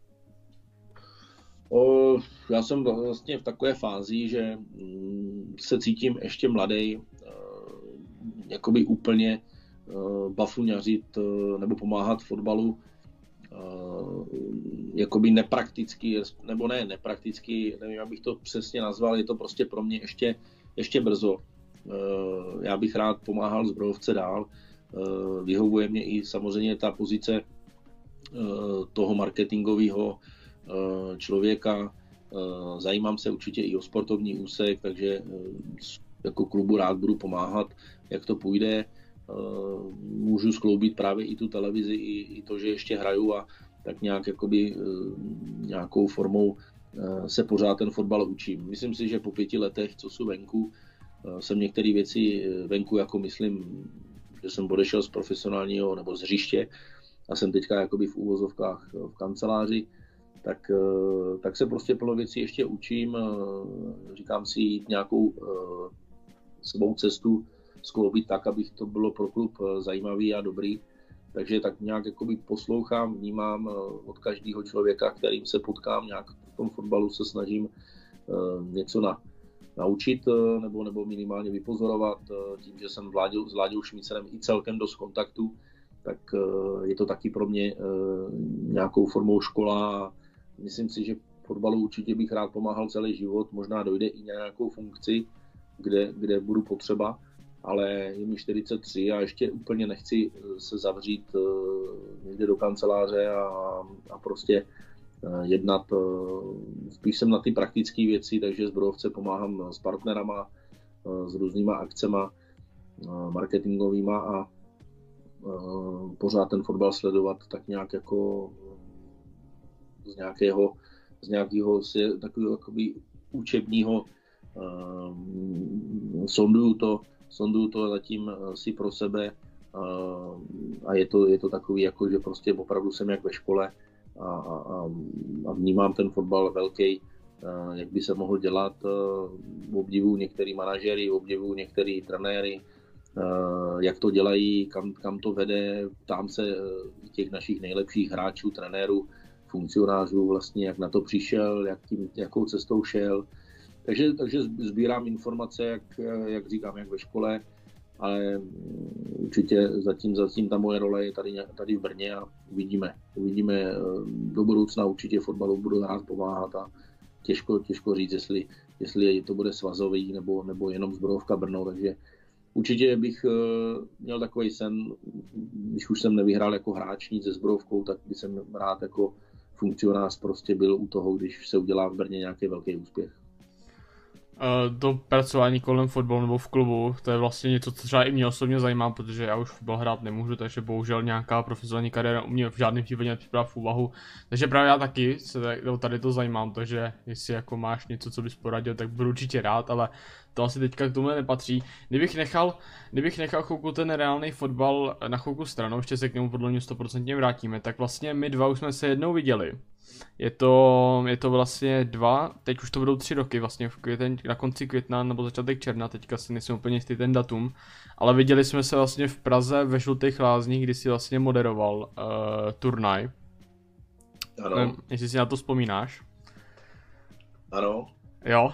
O, já jsem vlastně v takové fázi, že mm, se cítím ještě mladý, uh, jakoby úplně uh, bafuňařit uh, nebo pomáhat fotbalu. Uh, jakoby neprakticky, nebo ne neprakticky, nevím, jak bych to přesně nazval, je to prostě pro mě ještě, ještě brzo. Uh, já bych rád pomáhal zbrojovce dál, uh, vyhovuje mě i samozřejmě ta pozice uh, toho marketingového uh, člověka, uh, zajímám se určitě i o sportovní úsek, takže uh, jako klubu rád budu pomáhat, jak to půjde. Můžu skloubit právě i tu televizi, i, i to, že ještě hraju a tak nějak jakoby nějakou formou se pořád ten fotbal učím. Myslím si, že po pěti letech, co jsou venku, jsem některé věci venku, jako myslím, že jsem odešel z profesionálního nebo z hřiště a jsem teďka jakoby v úvozovkách v kanceláři, tak, tak se prostě plno věcí ještě učím. Říkám si jít nějakou svou cestu skloubit tak, abych to bylo pro klub zajímavý a dobrý. Takže tak nějak jakoby poslouchám, vnímám od každého člověka, kterým se potkám, nějak v tom fotbalu se snažím něco na, naučit nebo, nebo minimálně vypozorovat. Tím, že jsem vládil, s Láďou Šmicerem i celkem dost kontaktu, tak je to taky pro mě nějakou formou škola. Myslím si, že fotbalu určitě bych rád pomáhal celý život, možná dojde i nějakou funkci, kde, kde budu potřeba. Ale je mi čtyřicet tři a ještě úplně nechci se zavřít někde do kanceláře a, a prostě jednat. Spíš jsem na ty praktické věci, takže zbrojovce pomáhám s partnerama, s různýma akcema marketingovýma a pořád ten fotbal sledovat tak nějak jako z nějakého, z nějakého takového jakoby učebního sonduju to, sonduju to zatím si pro sebe a je to, je to takový, jako, že prostě opravdu jsem jak ve škole a, a, a vnímám ten fotbal velký, jak by se mohl dělat. Obdivuju některý manažery, obdivuju některý trenéry, jak to dělají, kam, kam to vede, ptám se těch našich nejlepších hráčů, trenérů, funkcionářů vlastně, jak na to přišel, jak tím, jakou cestou šel. Takže, takže sbírám informace, jak, jak říkám, jak ve škole, ale určitě zatím, zatím ta moje role je tady, tady v Brně a uvidíme. Uvidíme do budoucna, určitě fotbalu budu rád pomáhat a těžko, těžko říct, jestli, jestli to bude svazový nebo, nebo jenom Zbrojovka Brno, takže určitě bych měl takový sen, když už jsem nevyhrál jako hráč nic se Zbrojovkou, tak bych jsem rád jako funkcionář prostě byl u toho, když se udělá v Brně nějaký velký úspěch. To pracování kolem fotbalu nebo v klubu, to je vlastně něco, co třeba i mě osobně zajímá, protože já už fotbal hrát nemůžu, takže bohužel nějaká profesionální kariéra u mě v žádném případě nepřipadá v úvahu. Takže právě já taky se tady to zajímám, takže jestli jako máš něco, co bys poradil, tak budu určitě rád, ale to asi teďka k tomu nepatří. Kdybych nechal, kdybych nechal chvilku ten reálný fotbal na chvilku stranou, ještě se k němu podle mě sto procent vrátíme, tak vlastně my dva už jsme se jednou viděli. Je to, je to vlastně dva, teď už to budou tři roky vlastně v květen, na konci května nebo začátek června, teďka si nejsem úplně jistý ten datum, ale viděli jsme se vlastně v Praze ve Žlutých lázních, kdy si vlastně moderoval uh, turnaj. Ano. Nevím, jestli si na to vzpomínáš. Ano. Jo.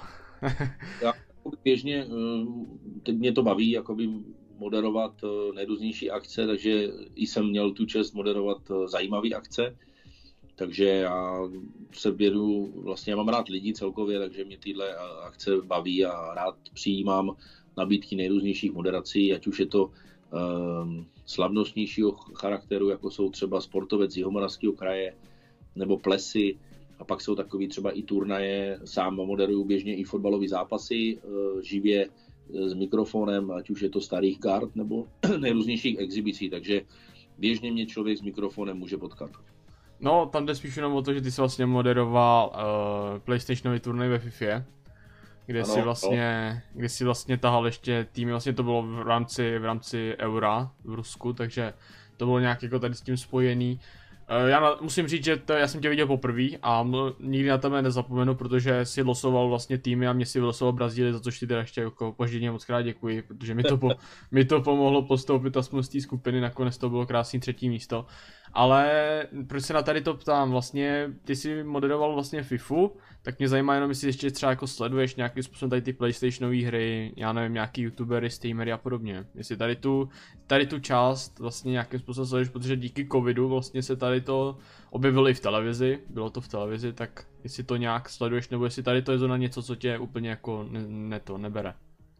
Já běžně, teď mě to baví, jakoby moderovat nejrůznější akce, takže i jsem měl tu čest moderovat zajímavé akce. Takže já se vědu, vlastně já mám rád lidi celkově, takže mě tyhle akce baví a rád přijímám nabídky nejrůznějších moderací, ať už je to um, slavnostnějšího charakteru, jako jsou třeba sportovec z Jihomoravského kraje, nebo plesy, a pak jsou takový třeba i turnaje, sám moderuju běžně i fotbalové zápasy, uh, živě s mikrofonem, ať už je to starých kart, nebo nejrůznějších exibicí, takže běžně mě člověk s mikrofonem může potkat. No, tam jde spíš jenom o to, že ty jsi vlastně moderoval uh, PlayStationový turnaj ve FIFA, kde ano, si vlastně, no. kde si vlastně tahal ještě týmy, vlastně to bylo v rámci, v rámci Eura v Rusku, takže to bylo nějak jako tady s tím spojený. Uh, já na, musím říct, že to, já jsem tě viděl poprvé a mno, nikdy na tebe nezapomenu, protože si losoval vlastně týmy a mě si vylosoval Brazílii, za což ti teda ještě jako požděně moc krát děkuji, protože mi to, po, mi to pomohlo postoupit aspoň z té skupiny, nakonec to bylo krásný třetí místo. Ale proč se na tady to ptám, vlastně ty jsi moderoval vlastně FIFU, tak mě zajímá jenom, jestli ještě třeba jako sleduješ nějakým způsobem tady ty PlayStationové hry, já nevím, nějaký youtubery, streamery a podobně. Jestli tady tu, tady tu část vlastně nějakým způsobem sleduješ, protože díky covidu vlastně se tady to objevilo i v televizi, bylo to v televizi, tak jestli to nějak sleduješ, nebo jestli tady to je zrovna něco, co tě úplně jako ne, ne to nebere.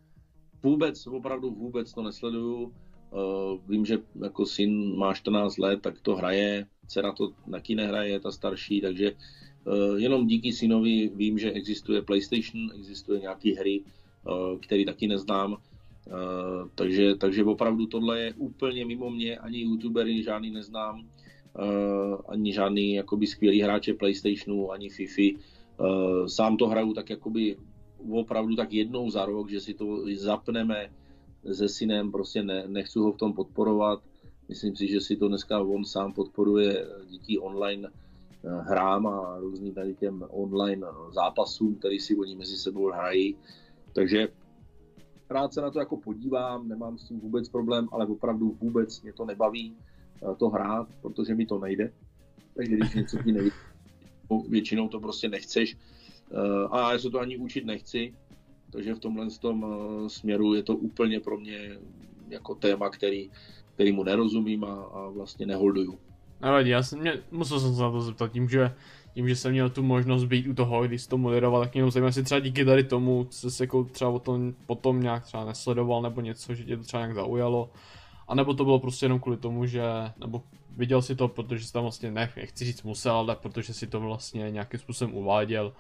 Vůbec, opravdu vůbec to nesleduju. Uh, vím, že jako syn má čtrnáct let, tak to hraje, dcera to taky nehraje, ta starší, takže uh, jenom díky synovi vím, že existuje PlayStation, existuje nějaké hry, uh, které taky neznám, uh, takže, takže opravdu tohle je úplně mimo mě, ani youtubery žádný neznám, uh, ani žádný jakoby skvělý hráče PlayStationu, ani FIFA. Uh, sám to hraju tak jakoby opravdu tak jednou za rok, že si to zapneme se synem, prostě ne, nechci ho v tom podporovat. Myslím si, že si to dneska on sám podporuje díky online hrám a různým tady těm online zápasům, který si oni mezi sebou hrají. Takže rád se na to jako podívám, nemám s tím vůbec problém, ale opravdu vůbec mě to nebaví to hrát, protože mi to nejde. Takže když něco ti nejde, většinou to prostě nechceš. A já se to ani učit nechci. Takže v tomhle tom směru je to úplně pro mě jako téma, který, který mu nerozumím a, a vlastně neholduju. Nevadí, já jsem, mě, musel jsem se na to zeptat, tím že, tím, že jsem měl tu možnost být u toho, když jsi to moderoval, tak mě zajímá, jestli třeba díky tady tomu, co se jako třeba o tom, potom nějak třeba nesledoval nebo něco, že tě to třeba nějak zaujalo. A nebo to bylo prostě jenom kvůli tomu, že, nebo viděl si to, protože jsi tam vlastně, ne, nechci říct musel, ale protože si to vlastně nějakým způsobem uváděl.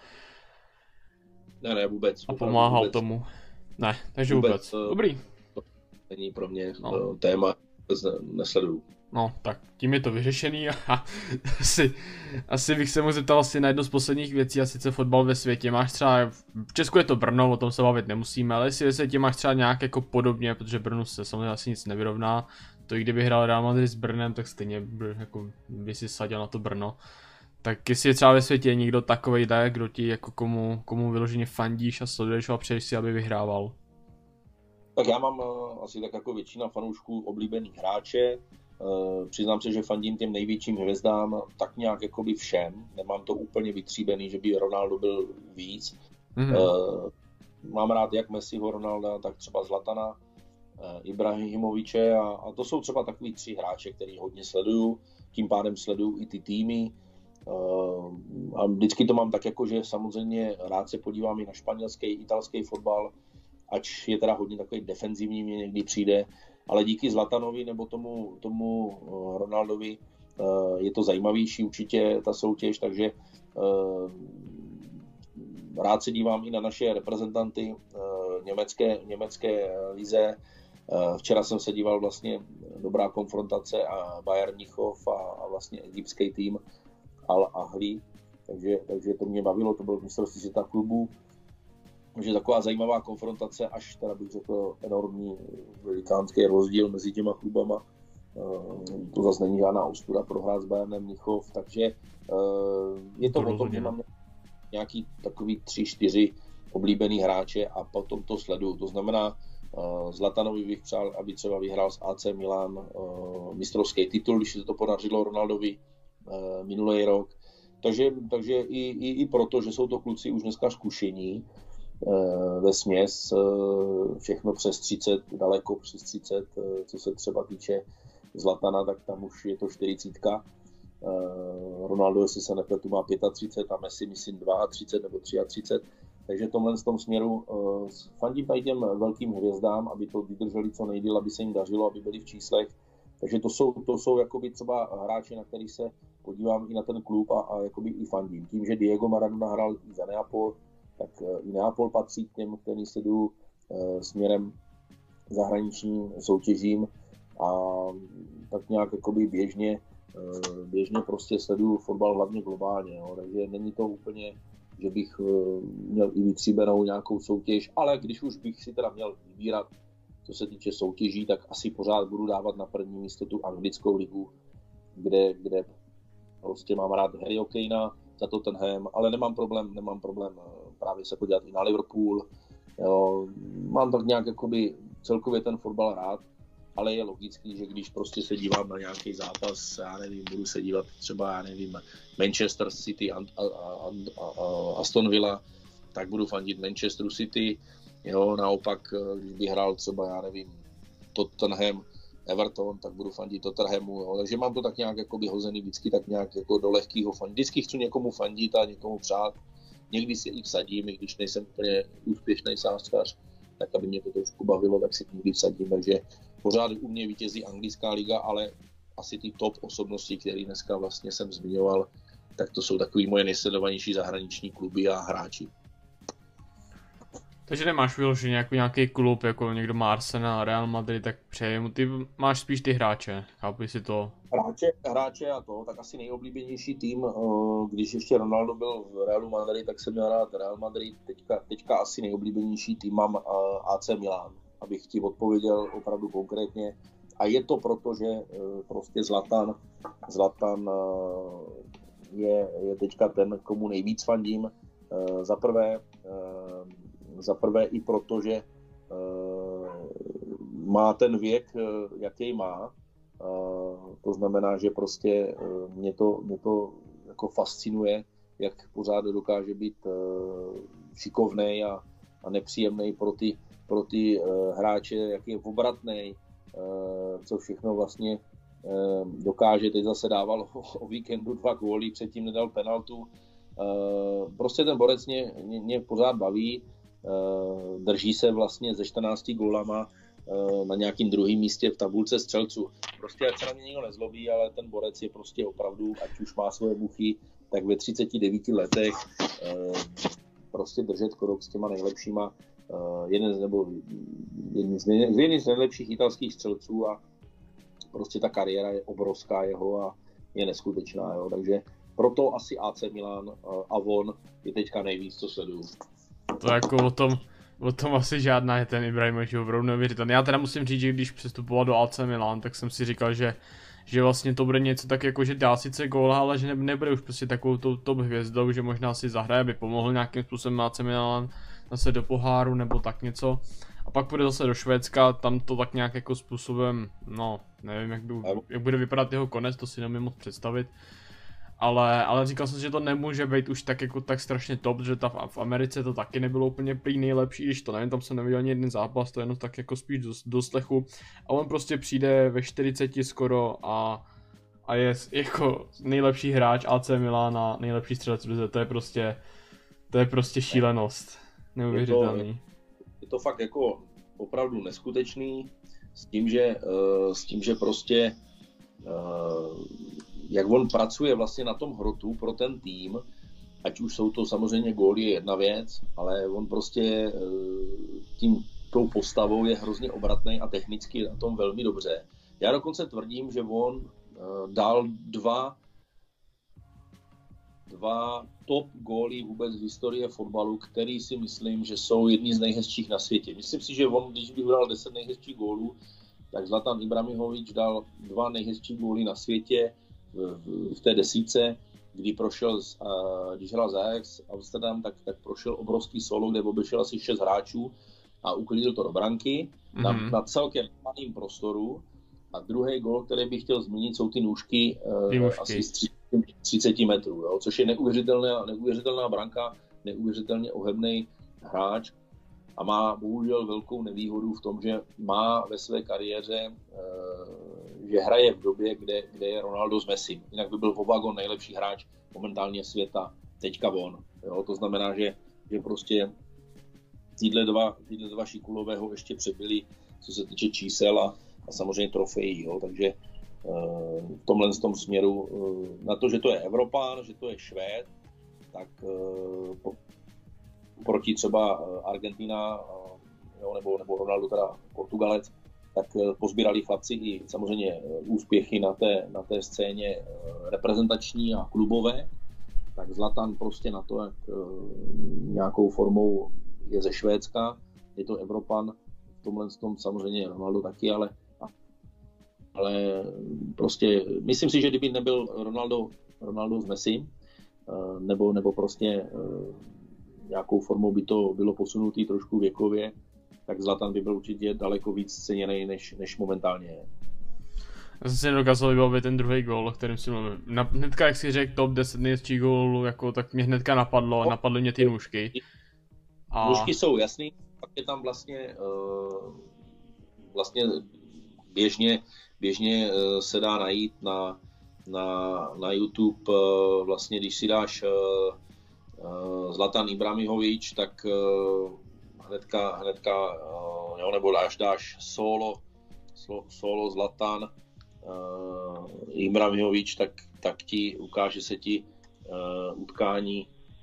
Ne, ne, vůbec. A pomáhal vůbec tomu. Ne, takže vůbec. vůbec. Dobrý. To není pro mě no. téma, nesleduju. No, tak tím je to vyřešený a asi, asi bych se mohl zeptal asi na jednu z posledních věcí, a sice fotbal ve světě. Máš třeba, v Česku je to Brno, o tom se bavit nemusíme, ale jestli ve světě máš třeba nějak jako podobně, protože Brnu se samozřejmě asi nic nevyrovná. To i kdyby hrál Real Madrid s Brnem, tak stejně by, jako, by si sadil na to Brno. Tak jestli je třeba ve světě někdo takovej jde, kdo ti jako komu, komu vyloženě fandíš a sleduješ a přeješ si, aby vyhrával? Tak já mám uh, asi tak jako většina fanoušků oblíbených hráče. Uh, přiznám se, že fandím těm největším hvězdám tak nějak jakoby všem. Nemám to úplně vytříbený, že by Ronaldo byl víc. Mm-hmm. Uh, mám rád jak Messiho, Ronalda, tak třeba Zlatana, uh, Ibrahimoviče a, a to jsou třeba takový tři hráče, který hodně sleduju. Tím pádem sleduju i ty týmy. Uh, a vždycky to mám tak jako, že samozřejmě rád se podívám i na španělský, italský fotbal, ač je teda hodně takový defenzivní, mě někdy přijde, ale díky Zlatanovi nebo tomu, tomu Ronaldovi je to zajímavější určitě ta soutěž, takže rád se dívám i na naše reprezentanty německé, německé lize. Včera jsem se díval vlastně dobrá konfrontace a Bayern Mnichov a, a vlastně egyptský tým Al Ahly, takže, takže to mě bavilo, to byl mistrovství světa klubů. Takže taková zajímavá konfrontace, až teda bych řekl enormní velikánský rozdíl mezi těma klubama. To zase není žádná ostuda prohrát s Bayernem Mnichov, takže je to, to o tom, že mám nějaký takový tři, čtyři oblíbený hráče a potom to sleduju. To znamená, Zlatanovi bych přál, aby třeba vyhrál s A C Milan mistrovský titul, když se to podařilo Ronaldovi minulý rok. Takže, takže i, i, i proto, že jsou to kluci už dneska zkušení, ve směs, všechno přes třicet, daleko přes třicet, co se třeba týče Zlatana, tak tam už je to čtyřicítka. Ronaldo, jestli se nepletu, má třicet pět a Messi, myslím, třicet dva nebo třicet tři. Takže v tomhle z tom směru fandím tady těm velkým hvězdám, aby to vydrželi co nejdýl, aby se jim dařilo, aby byli v číslech. Takže to jsou, to jsou jakoby třeba hráči, na který se podívám i na ten klub a, a jakoby i fandím. Tím, že Diego Maradona hrál i za Neapol, tak i Neapol patří k těm, který sleduju směrem zahraničním soutěžím a tak nějak jakoby běžně, běžně prostě sleduju fotbal hlavně globálně, jo. Takže není to úplně, že bych měl i vytříbenou nějakou soutěž, ale když už bych si teda měl vybírat, co se týče soutěží, tak asi pořád budu dávat na první místo tu anglickou ligu, kde, kde prostě mám rád Harryho Kanea za Tottenham, ale nemám problém, nemám problém právě se podívat i na Liverpool. Jo. Mám tak nějak jakoby celkově ten fotbal rád, ale je logický, že když prostě se dívám na nějaký zápas, já nevím, budu se dívat třeba, já nevím, Manchester City, and, a, a, a, a Aston Villa, tak budu fandit Manchesteru City. Jo, naopak, když bych hrál třeba, já nevím, Tottenham, Everton, tak budu fandit Tottenhamu, jo. Takže mám to tak nějak jakoby hozený vždycky tak nějak jako do lehkýho fandit. Vždycky chci někomu fandit a někomu přát. Někdy si i vsadím, i když nejsem úplně úspěšný sázkař, tak aby mě to trošku bavilo, tak si někdy vsadím. Takže pořád u mě vítězí anglická liga, ale asi ty top osobnosti, které dneska vlastně jsem zmiňoval, tak to jsou takový moje nejsledovanější zahraniční kluby a hráči. Takže nemáš vyloženě jako nějaký klub, jako někdo má Arsenal, Real Madrid, tak přeji mu, ty máš spíš ty hráče, chápu si to? Hráče, hráče a to, tak asi nejoblíbenější tým, když ještě Ronaldo byl v Realu Madrid, tak jsem měl rád Real Madrid, teďka, teďka asi nejoblíbenější tým mám A C Milan, abych ti odpověděl opravdu konkrétně. A je to proto, že prostě Zlatan, Zlatan je, je teďka ten, komu nejvíc fandím. Za prvé, Za prvé i proto, že uh, má ten věk, uh, jaký má. Uh, to znamená, že prostě uh, mě, to, mě to jako fascinuje, jak pořád dokáže být uh, šikovnej a, a nepříjemnej pro ty, pro ty uh, hráče, jak je obratnej, uh, co všechno vlastně uh, dokáže. Teď zase dával o, o víkendu dva góly, předtím nedal penaltu. Uh, prostě ten borec mě, mě, mě pořád baví. Drží se vlastně ze čtrnácti gólama na nějakým druhém místě v tabulce střelců. Prostě ať se na mě nikdo nezlobí, ale ten borec je prostě opravdu, ať už má svoje buchy, tak ve třiceti devíti letech prostě držet krok s těma nejlepšíma, jeden z, nebo jeden z, nej, jeden z nejlepších italských střelců a prostě ta kariéra je obrovská jeho a je neskutečná. Jo. Takže proto asi A C Milan a on je teďka nejvíc, co sleduju. To jako o tom, o tom asi žádná je ten Ibrahimovič opravdu neuvěřitelný. Já teda musím říct, že když přestupoval do A C Milan, tak jsem si říkal, že, že vlastně to bude něco tak jako, že dá sice góla, ale že ne, nebude už prostě takovou tou top hvězdou, že možná si zahraje, aby pomohl nějakým způsobem A C Milan zase do poháru nebo tak něco. A pak půjde zase do Švédska, tam to tak nějak jako způsobem, no nevím jak, by, jak bude vypadat jeho konec, to si nemůžu moc představit. Ale, ale říkal jsem si, že to nemůže být už tak jako tak strašně top, že ta v Americe to taky nebylo úplně prý nejlepší, když to nevím, tam jsem neviděl ani jeden zápas, to je jenom tak jako spíš do, do slechu. A on prostě přijde ve čtyřiceti skoro a, a je jako nejlepší hráč A C Milana, nejlepší střelec, to je prostě, to je prostě šílenost, neuvěřitelný. Je to, je to fakt jako opravdu neskutečný, s tím, že, s tím, že prostě jak on pracuje vlastně na tom hrotu pro ten tým, ať už jsou to samozřejmě góly je jedna věc, ale on prostě tím tou postavou je hrozně obratný a technicky na tom velmi dobře. Já dokonce tvrdím, že on dal dva, dva top góly vůbec v historii fotbalu, který si myslím, že jsou jedni z nejhezčích na světě. Myslím si, že on, když by dal deset nejhezčích gólů, tak Zlatan Ibrahimović dal dva nejhezčí góly na světě v, v té desíce, kdy prošel, z, uh, když hrál za Ajax Amsterdam, tak, tak prošel obrovský solo, kde obešel asi šest hráčů a uklidil to do branky mm-hmm. na, na celkem malým prostoru. A druhý gól, který bych chtěl zmínit, jsou ty nůžky, uh, asi z třicet metrů, jo, což je neuvěřitelná, neuvěřitelná branka, neuvěřitelně ohebný hráč. A má bohužel velkou nevýhodu v tom, že má ve své kariéře, že hraje v době, kde, kde je Ronaldo s Messi. Jinak by byl Vovagon nejlepší hráč momentálně světa, teďka on. Jo? To znamená, že, že prostě tyhle dva, tyhle dva šikulového ještě přebyli, co se týče čísel a, a samozřejmě trofejí. Jo? Takže v tomhle tom směru, na to, že to je Evropán, že to je Švéd, tak proti třeba Argentina, jo, nebo, nebo Ronaldo, teda Portugalec, tak pozbírali chlapci i samozřejmě úspěchy na té, na té scéně reprezentační a klubové. Tak Zlatan prostě na to, jak nějakou formou je ze Švédska, je to Evropan, v tomhle tom samozřejmě Ronaldo taky, ale, ale prostě myslím si, že kdyby nebyl Ronaldo, Ronaldo s Messi, nebo, nebo prostě nějakou formou by to bylo posunutý trošku věkově, tak Zlatan by byl určitě daleko víc ceněný, než, než momentálně je. Já jsem si nedokázal vybavit ten druhý gól, o kterém si mluvil. Na, hnedka, jak si řekl top deset nejhezčích gólů, jako, tak mě hnedka napadlo, no, napadly mě ty nůžky. A... Nůžky jsou jasný, pak je tam vlastně, uh, vlastně běžně, běžně uh, se dá najít na, na, na YouTube, uh, vlastně když si dáš uh, Zlatan Ibrahimović, tak uh, hnedka, hnedka uh, jo, nebo dáš, dáš solo, solo Zlatan uh, Ibrahimović, tak, tak ti ukáže se ti uh, utkání,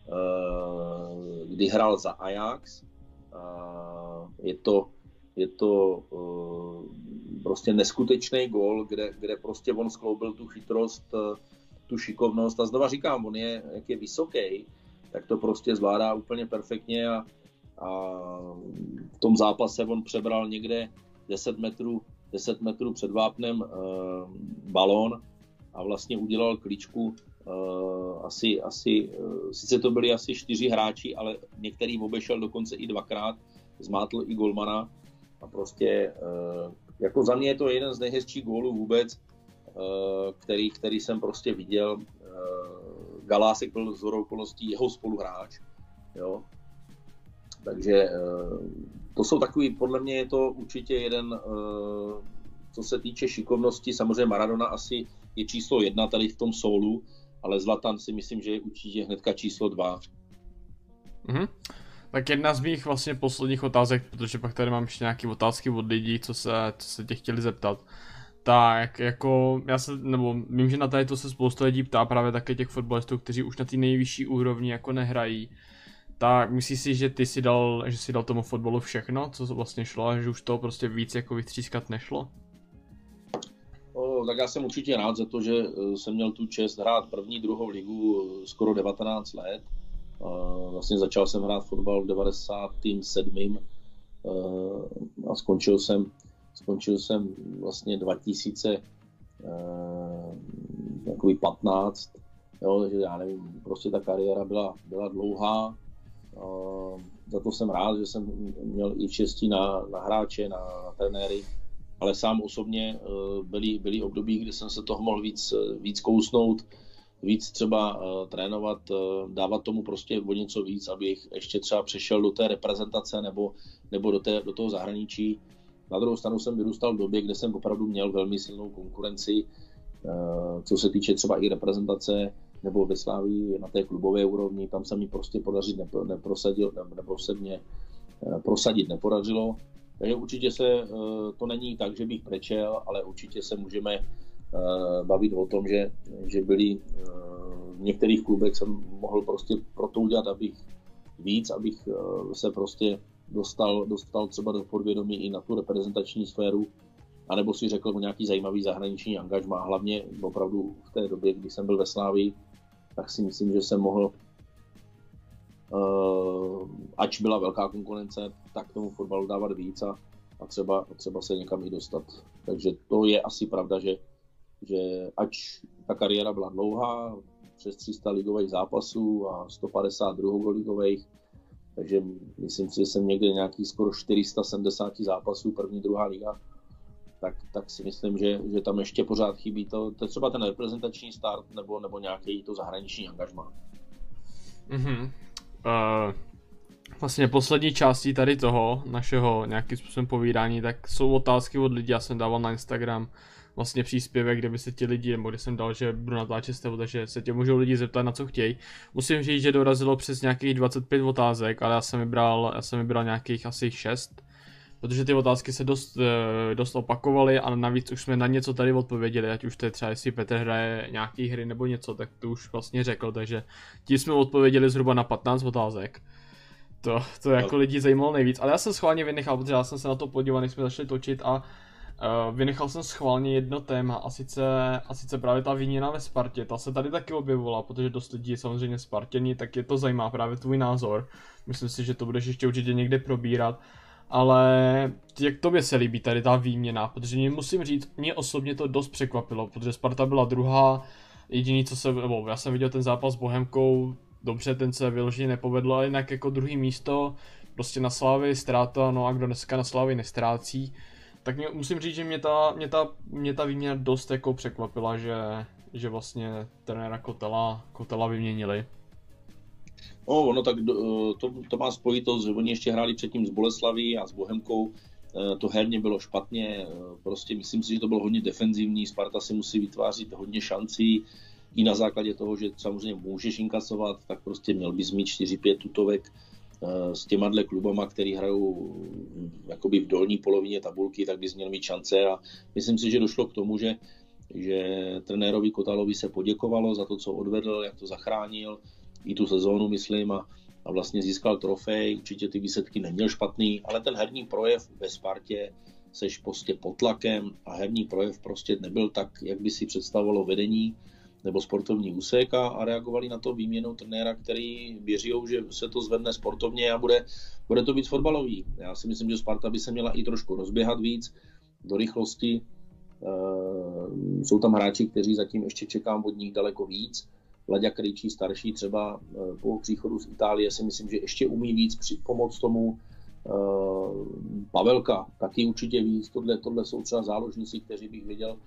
uh, kdy hrál za Ajax. Uh, je to, je to uh, prostě neskutečný gól, kde, kde prostě on skloubil tu chytrost, uh, tu šikovnost a znova říkám, on je, jak je vysoký, tak to prostě zvládá úplně perfektně a, a v tom zápase on přebral někde deset metrů, deset metrů před vápnem e, balón a vlastně udělal klíčku e, asi, asi, e, sice to byli asi čtyři hráči, ale některý obešel dokonce i dvakrát, zmátl i golmana a prostě e, jako za mě je to jeden z nejhezčích gólů vůbec, e, který, který jsem prostě viděl. E, Galásek byl z hodou okolností jeho spoluhráč, jo. Takže to jsou takový, podle mě je to určitě jeden, co se týče šikovnosti, samozřejmě Maradona asi je číslo jedna tady v tom soulu, ale Zlatan si myslím, že je určitě hnedka číslo dva. Mhm. Tak jedna z mých vlastně posledních otázek, protože pak tady mám ještě nějaké otázky od lidí, co se, co se tě chtěli zeptat. Tak jako já se, nebo vím, že na tady to se spousta lidí ptá právě také těch fotbalistů, kteří už na té nejvyšší úrovni jako nehrají. Tak myslíš si, že ty si dal, že si dal tomu fotbalu všechno, co vlastně šlo a že už to prostě víc jako vytřískat nešlo? O, tak já jsem určitě rád za to, že jsem měl tu čest hrát první, druhou ligu skoro devatenáct let. Vlastně začal jsem hrát fotbal v devadesátém sedmém a skončil jsem Skončil jsem vlastně dva tisíce patnáct, jo, takže já nevím, prostě ta kariéra byla, byla dlouhá. Za to jsem rád, že jsem měl i štěstí na, na hráče, na, na trenéry, ale sám osobně byly, byly období, kdy jsem se toho mohl víc, víc kousnout, víc třeba trénovat, dávat tomu prostě o něco víc, abych ještě třeba přešel do té reprezentace nebo, nebo do, té, do toho zahraničí. Na druhou stranu jsem vyrůstal v době, kde jsem opravdu měl velmi silnou konkurenci, co se týče třeba i reprezentace, nebo ve Slávii na té klubové úrovni, tam se mi prostě podařit neprosadil, nebo se mě prosadit nepodařilo. Takže určitě se, to není tak, že bych brečel, ale určitě se můžeme bavit o tom, že, že byli v některých klubech jsem mohl prostě proto udělat, abych víc, abych se prostě dostal, dostal třeba do podvědomí i na tu reprezentační sféru, anebo si řekl o nějaký zajímavý zahraniční angažmá. Hlavně opravdu v té době, kdy jsem byl ve Slávii, tak si myslím, že jsem mohl, uh, ač byla velká konkurence, tak tomu fotbalu dávat víc a, a třeba, třeba se někam i dostat. Takže to je asi pravda, že, že ač ta kariéra byla dlouhá, přes tři sta ligových zápasů a sto padesát druholigových, takže myslím si, že jsem někde nějakých skoro čtyři sta sedmdesát zápasů, první, druhá liga, tak, tak si myslím, že, že tam ještě pořád chybí to, to třeba ten reprezentační start nebo, nebo nějaký to zahraniční angažmá. Mm-hmm. Uh, vlastně poslední částí tady toho našeho nějakým způsobem povídání, tak jsou otázky od lidí, já jsem dával na Instagram vlastně příspěvek, kde by se ti lidi, nebo kde jsem dal, že budu natáčet s tebou, takže se tě můžou lidi zeptat, na co chtějí. Musím říct, že dorazilo přes nějakých dvacet pět otázek, ale já jsem vybral, já jsem vybral nějakých asi šest, protože ty otázky se dost, dost opakovaly a navíc už jsme na něco tady odpověděli, ať už to je třeba, jestli Petr hraje nějaký hry nebo něco, tak to už vlastně řekl, takže tím jsme odpověděli zhruba na patnáct otázek. To, to jako lidi zajímalo nejvíc, ale já jsem schválně vynechal, protože já jsem se na to podíval, než jsme začali točit a Uh, vynechal jsem schválně jedno téma a sice, a sice právě ta výměna ve Spartě, ta se tady taky objevovala, protože dost lidí je samozřejmě Spartěni, tak je to zajímá právě tvůj názor, myslím si, že to budeš ještě určitě někde probírat, ale jak tobě se líbí tady ta výměna, protože mě musím říct, mě osobně to dost překvapilo, protože Sparta byla druhá, jediný co se, nebo já jsem viděl ten zápas s Bohemkou, dobře, ten se vyloženě nepovedl, ale jinak jako druhý místo, prostě na Slávii ztráta, no a kdo dneska na Slávii nestrácí, tak mě, musím říct, že mě ta, mě ta, mě ta výměna dost jako překvapila, že, že vlastně trenéra Kotela, Kotela vyměnili. No, ono tak to, to má spojitost, že oni ještě hráli předtím s Boleslaví a s Bohemkou, to herně bylo špatně, prostě myslím si, že to bylo hodně defenzivní, Sparta si musí vytvářet hodně šancí, i na základě toho, že samozřejmě můžeš inkasovat, tak prostě měl bys mít čtyři pět tutovek s těma dle klubama, který hrajou jakoby v dolní polovině tabulky, tak bys měl mít šance a myslím si, že došlo k tomu, že, že trenérovi Kotalovi se poděkovalo za to, co odvedl, jak to zachránil, i tu sezónu, myslím, a, a vlastně získal trofej, určitě ty výsledky neměl špatný, ale ten herní projev ve Spartě seš prostě pod tlakem a herní projev prostě nebyl tak, jak by si představovalo vedení nebo sportovní úsek a, a reagovali na to výměnou trenéra, který věří, že se to zvedne sportovně a bude, bude to víc fotbalový. Já si myslím, že Sparta by se měla i trošku rozběhat víc do rychlosti. E, jsou tam hráči, kteří zatím ještě čekám od nich daleko víc. Laďa Krejčí starší třeba e, po příchodu z Itálie si myslím, že ještě umí víc při, pomoct tomu. E, Pavelka taky určitě víc. Tohle, tohle jsou třeba záložníci, kteří bych viděl,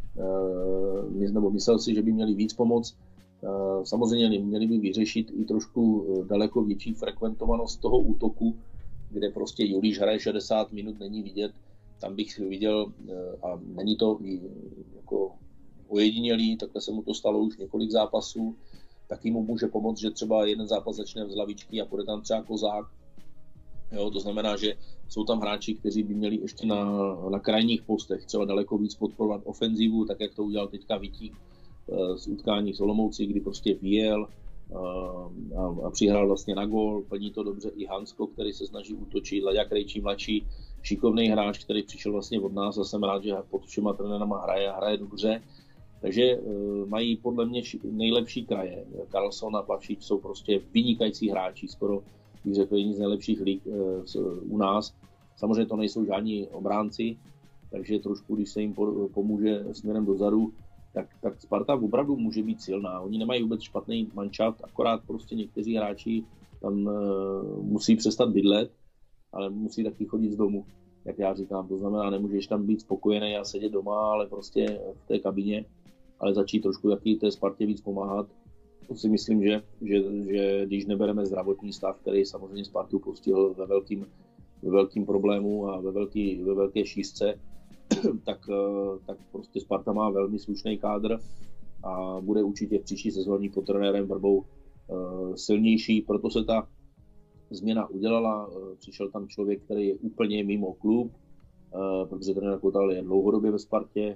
nebo myslel si, že by měli víc pomoct. Samozřejmě měli by vyřešit i trošku daleko větší frekventovanost toho útoku, kde prostě Julíš hraje šedesát minut, není vidět. Tam bych viděl, a není to jako ojedinělý, takhle se mu to stalo už několik zápasů, taky mu může pomoct, že třeba jeden zápas začne z lavičky a půjde tam třeba Kozák. Jo, to znamená, že jsou tam hráči, kteří by měli ještě na, na krajních postech třeba daleko víc podporovat ofenzivu, tak jak to udělal teďka Vítík z utkání s Olomoucí, kdy prostě vyjel a, a přihrál vlastně na gól. Plní to dobře i Hansko, který se snaží útočit, Laďa Krejčí mladší, šikovný hráč, který přišel vlastně od nás a jsem rád, že pod všema trenérama hraje a hraje dobře. Takže mají podle mě nejlepší kraje. Karlsson a Plavšič jsou prostě vynikající hráči, skoro bych řekl, jedni z nejlepších lig u nás. Samozřejmě to nejsou žádní obránci, takže trošku, když se jim pomůže směrem dozadu, tak, tak Sparta opravdu může být silná. Oni nemají vůbec špatný manšaft, akorát prostě někteří hráči tam musí přestat bydlet, ale musí taky chodit z domu, jak já říkám. To znamená, nemůžeš tam být spokojený a sedět doma, ale prostě v té kabině, ale začít trošku taky té Spartě víc pomáhat. To si myslím, že, že, že když nebereme zdravotní stav, který samozřejmě Spartu postihl ve velkým, ve velkým problému a ve, velký, ve velké šířce, tak, tak prostě Sparta má velmi slušný kádr a bude určitě v příští sezóně pod trenérem Vrbou silnější, proto se ta změna udělala. Přišel tam člověk, který je úplně mimo klub, protože trenér Kotal je dlouhodobě ve Spartě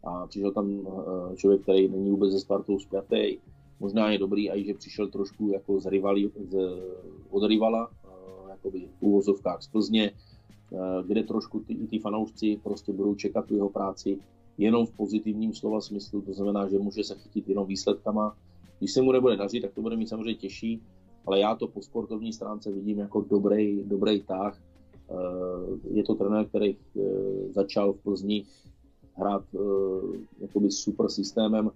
a přišel tam člověk, který není vůbec ze Spartou spjatý. Možná je dobrý, i že přišel trošku jako z rivali, z, od rivala, jakoby v úvozovkách z Plzně, kde trošku ty, ty fanoušci prostě budou čekat tu jeho práci jenom v pozitivním slova smyslu, to znamená, že může se chytit jenom výsledkama. Když se mu nebude dařit, tak to bude mít samozřejmě těžší, ale já to po sportovní stránce vidím jako dobrý, dobrý tah. Je to trenér, který začal v Plzni hrát jakoby super systémem,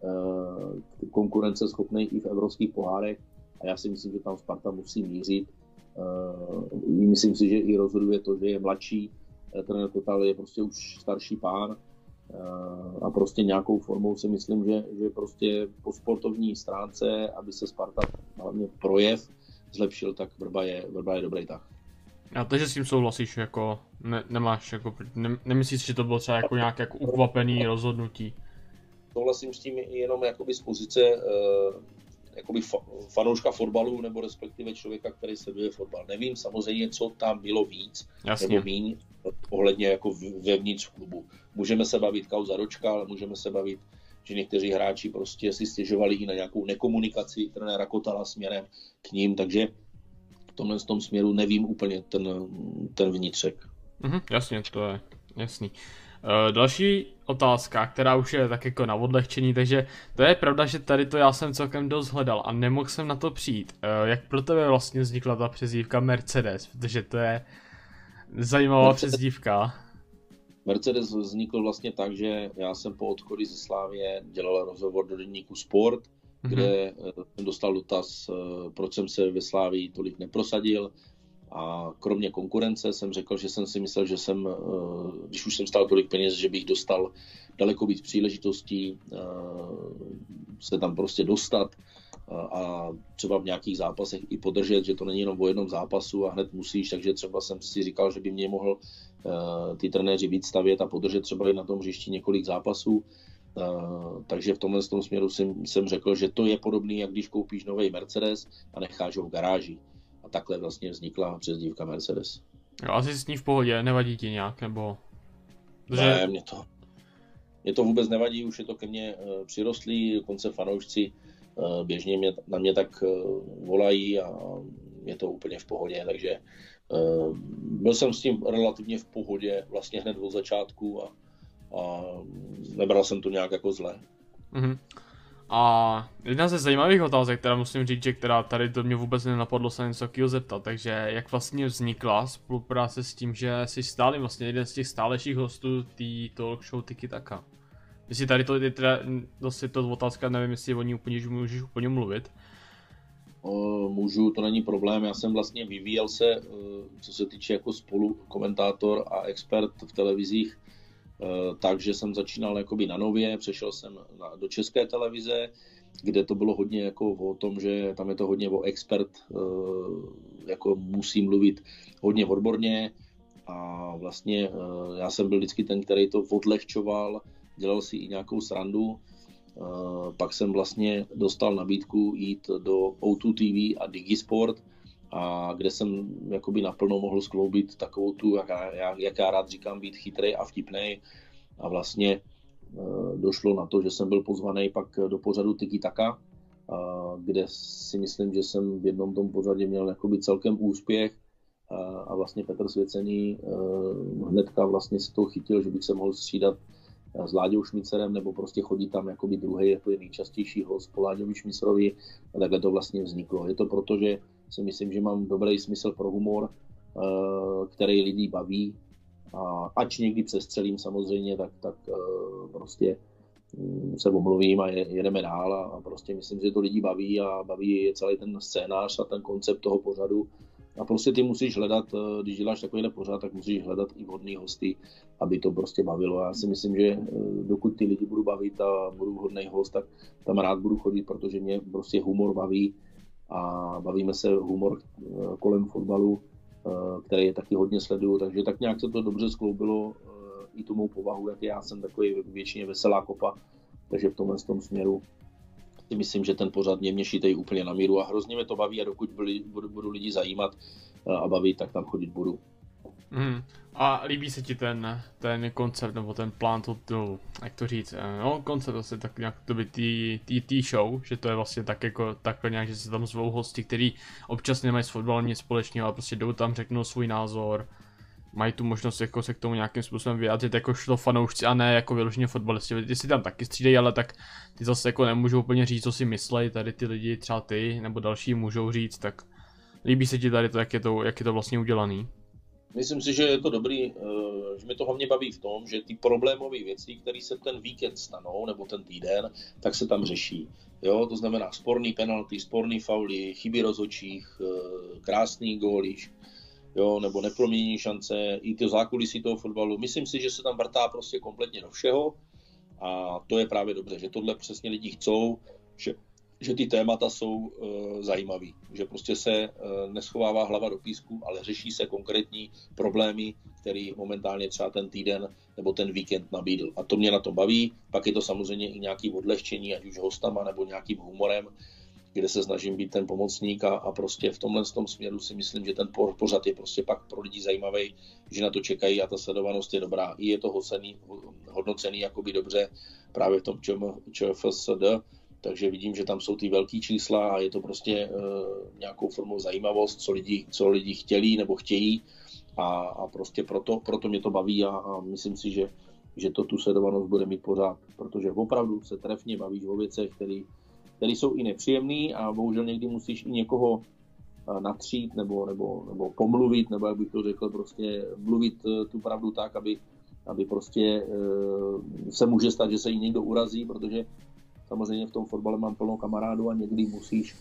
konkurenceschopný i v evropských pohárech a já si myslím, že tam Sparta musí mířit. Myslím si, že i rozhoduje to, že je mladší, trenér Kotal je prostě už starší pán a prostě nějakou formou si myslím, že, že prostě po sportovní stránce, aby se Sparta hlavně projev zlepšil, tak Vrba je, Vrba je dobrý tah. A takže s tím souhlasíš, jako ne, nemáš, jako, ne, nemyslíš, že to bylo třeba jako nějaké jako ukvapený rozhodnutí? Souhlasím s tím jenom jakoby z pozice uh, jakoby fa, fanouška fotbalu, nebo respektive člověka, který sleduje fotbal. Nevím samozřejmě, co tam bylo víc, Jasně. nebo míň, ohledně jako vevnitř v klubu. Můžeme se bavit kauza Ročka, ale můžeme se bavit, že někteří hráči prostě si stěžovali i na nějakou nekomunikaci trenéra Kotala směrem k ním, takže v tomhle z tom směru nevím úplně ten, ten vnitřek. Mhm, jasně, to je jasný. Uh, další otázka, která už je tak jako na odlehčení, takže to je pravda, že tady to já jsem celkem dost hledal a nemohl jsem na to přijít. Uh, jak pro tebe vlastně vznikla ta přezdívka Mercedes, protože to je zajímavá Mercedes, přezdívka. Mercedes vznikl vlastně tak, že já jsem po odchodu ze Slavie dělal rozhovor do deníku Sport, mm-hmm. kde jsem dostal dotaz, proč jsem se ve Slavii tolik neprosadil. A kromě konkurence jsem řekl, že jsem si myslel, že jsem, když už jsem stál tolik peněz, že bych dostal daleko víc příležitostí se tam prostě dostat a třeba v nějakých zápasech i podržet, že to není jenom o jednom zápasu a hned musíš, takže třeba jsem si říkal, že by mě mohl ty trenéři víc stavět a podržet třeba i na tom hřišti několik zápasů. Takže v tomhle tom směru jsem, jsem řekl, že to je podobný, jak když koupíš nový Mercedes a necháš ho v garáži. A takhle vlastně vznikla přezdívka Mercedes. Jo, asi s ní v pohodě, nevadí ti nějak, nebo... Že... Ne, mě to, mě to vůbec nevadí, už je to ke mně uh, přirostlý, dokonce fanoušci uh, běžně mě, na mě tak uh, volají a je to úplně v pohodě, takže uh, byl jsem s tím relativně v pohodě vlastně hned od začátku a, a nebral jsem to nějak jako zle. Mhm. A jedna ze zajímavých otázek, která musím říct, že která tady to mě vůbec nenapadlo se něco takového zeptat, takže jak vlastně vznikla spolupráce s tím, že jsi stále vlastně jeden z těch stálejších hostů té talk show Tiki Taka. Jestli tady to je teda, zase to otázka, nevím, jestli o ní úplně můžeš úplně mluvit. O, můžu, to není problém, já jsem vlastně vyvíjel se, co se týče jako spolu komentátor a expert v televizích, takže jsem začínal jakoby na Nově, přešel jsem na, do České televize, kde to bylo hodně jako o tom, že tam je to hodně o expert, jako musí mluvit hodně odborně a vlastně já jsem byl vždycky ten, který to odlehčoval, dělal si i nějakou srandu. Pak jsem vlastně dostal nabídku jít do O dva T V a Digisport, a kde jsem jakoby naplno mohl skloubit takovou tu, jak já, jak já rád říkám, být chytrej a vtipnej. A vlastně e, došlo na to, že jsem byl pozvaný pak do pořadu Tiki Taka, a, kde si myslím, že jsem v jednom tom pořadě měl jakoby celkem úspěch a, a vlastně Petr Svěcený e, hnedka vlastně si to chytil, že bych se mohl střídat s Láďou Šmicerem, nebo prostě chodit tam jakoby druhý, jako je nejčastější host po Láďovi Šmicerovi, a takhle to vlastně vzniklo. Je to proto, že si myslím, že mám dobrý smysl pro humor, který lidi baví, a ač někdy přestřelím samozřejmě, tak, tak prostě se omluvím a jedeme dál a prostě myslím, že to lidi baví a baví je celý ten scénář a ten koncept toho pořadu. A prostě ty musíš hledat, když děláš takovýhle pořad, tak musíš hledat i vhodný hosty, aby to prostě bavilo. Já si myslím, že dokud ty lidi budu bavit a budu vhodný host, tak tam rád budu chodit, protože mě prostě humor baví a bavíme se humor kolem fotbalu, který je taky hodně sleduju, takže tak nějak se to dobře skloubilo i tu mou povahu, jak já jsem takový většině veselá kopa, takže v tomhle tom směru si myslím, že ten pořad mě mě šítejí úplně na míru a hrozně mě to baví a dokud budu, budu lidi zajímat a bavit, tak tam chodit budu. Mm. A líbí se ti ten, ten koncept, nebo ten plán, to, to, jak to říct, no koncept asi tak nějak to by tý show, že to je vlastně tak jako takhle nějak, že se tam zvou hosti, kteří občas nemají s fotbalem nic společného, ale prostě jdou tam, řeknou svůj názor, mají tu možnost jako se k tomu nějakým způsobem vyjádřit jako šlo fanoušci a ne jako vyloženě fotbalisti. Ty si tam taky střídají, ale tak ty zase jako nemůžou úplně říct, co si myslej, tady ty lidi, třeba ty, nebo další můžou říct, tak líbí se ti tady to, jak je to, jak je to vlastně udělaný? Myslím si, že je to dobrý, že mě to hlavně baví v tom, že ty problémové věci, které se ten víkend stanou, nebo ten týden, tak se tam řeší. Jo, to znamená sporný penalty, sporný fauly, chyby rozhodčích, krásný góliš, jo, nebo nepromění šance, i to zákulisí toho fotbalu. Myslím si, že se tam vrtá prostě kompletně do všeho a to je právě dobře, že tohle přesně lidi chcou, že že ty témata jsou e, zajímavý, že prostě se e, neschovává hlava do písku, ale řeší se konkrétní problémy, které momentálně třeba ten týden nebo ten víkend nabídl. A to mě na to baví, pak je to samozřejmě i nějaký odlehčení, ať už hostama nebo nějakým humorem, kde se snažím být ten pomocník a, a prostě v tomhle tom směru si myslím, že ten pořad je prostě pak pro lidi zajímavý, že na to čekají a ta sledovanost je dobrá. I je to hodnocený, hodnocený jakoby dobře právě v tom ČFSD, takže vidím, že tam jsou ty velký čísla a je to prostě e, nějakou formou zajímavost, co lidi, co lidi chtěli nebo chtějí a, a prostě proto, proto mě to baví a, a myslím si, že, že to tu sledovanost bude mít pořád, protože opravdu se trefně bavíš o věcech, které jsou i nepříjemné a bohužel někdy musíš i někoho natřít nebo, nebo, nebo pomluvit, nebo jak bych to řekl, prostě mluvit tu pravdu tak, aby, aby prostě e, se může stát, že se jí někdo urazí, protože samozřejmě v tom fotbale mám plno kamarádů a někdy musíš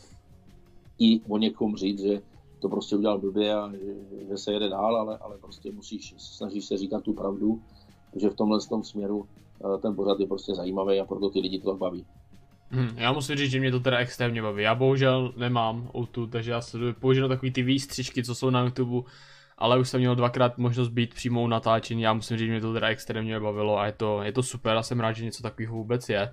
i o někom říct, že to prostě udělal blbě a že, že se jede dál, ale, ale prostě musíš, snažíš se říkat tu pravdu, protože v tomhle tom směru ten pořad je prostě zajímavý a proto ty lidi to tak baví. Hmm, já musím říct, že mě to teda extrémně baví. Já bohužel nemám O dva, takže já sleduji použiju takový ty výstřičky, co jsou na YouTube, ale už jsem měl dvakrát možnost být přímo u natáčení. Já musím říct, že mě to teda extrémně bavilo a je to, je to super a jsem rád, že něco takového vůbec je.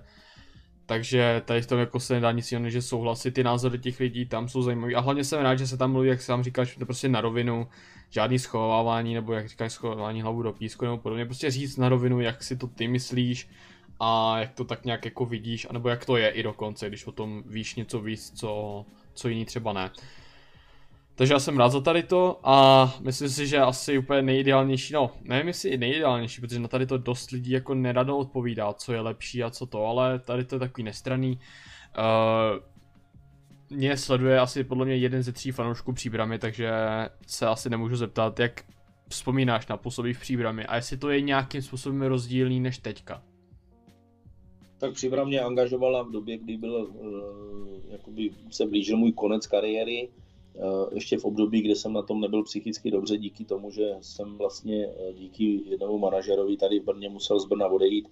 Takže tady v tom jako se nedá nic jiného, že souhlasit, ty názory těch lidí tam jsou zajímavý a hlavně jsem rád, že se tam mluví, jak sám říkáš, to prostě na rovinu, žádný schovávání nebo jak říkáš schovávání hlavu do písku nebo podobně, prostě říct na rovinu, jak si to ty myslíš a jak to tak nějak jako vidíš, anebo jak to je i dokonce, když o tom víš něco víc, co, co jiný třeba ne. Takže já jsem rád za tady to a myslím si, že asi úplně nejideálnější, no nevím jestli i nejideálnější, protože na tady to dost lidí jako nerado odpovídá, co je lepší a co to, ale tady to je takový nestranný. Uh, mě sleduje asi podle mě jeden ze tří fanoušků Příbrami, takže se asi nemůžu zeptat, jak vzpomínáš na působí v Příbrami a jestli to je nějakým způsobem rozdílný než teďka. Tak Příbram mě angažovala v době, kdy byl, uh, jakoby se blížil můj konec kariéry. Ještě v období, kdy jsem na tom nebyl psychicky dobře díky tomu, že jsem vlastně díky jednomu manažerovi tady v Brně musel z Brna odejít.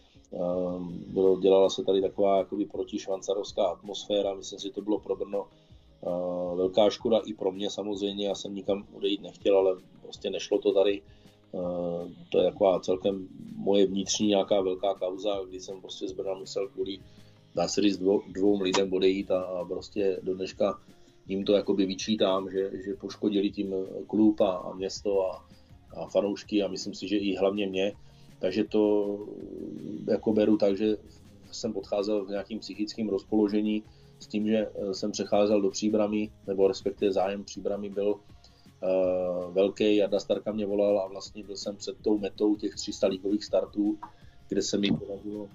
Bylo, dělala se tady taková jakoby protišvancarovská atmosféra, myslím si, že to bylo pro Brno velká škoda i pro mě samozřejmě, já jsem nikam odejít nechtěl, ale prostě nešlo to tady. To je taková celkem moje vnitřní nějaká velká kauza, kdy jsem prostě z Brna musel kvůli, dá se říct, dvou, dvou lidem odejít a, a prostě do dneška jim to jakoby vyčítám, že, že poškodili tím klub a, a město a, a fanoušky a myslím si, že i hlavně mě. Takže to jako beru tak, že jsem odcházel v nějakým psychickém rozpoložení s tím, že jsem přecházel do Příbrami, nebo respektive zájem Příbrami byl uh, velký. Jarda Starka mě volal a vlastně byl jsem před tou metou těch tří sta ligových startů, kde se mi podařilo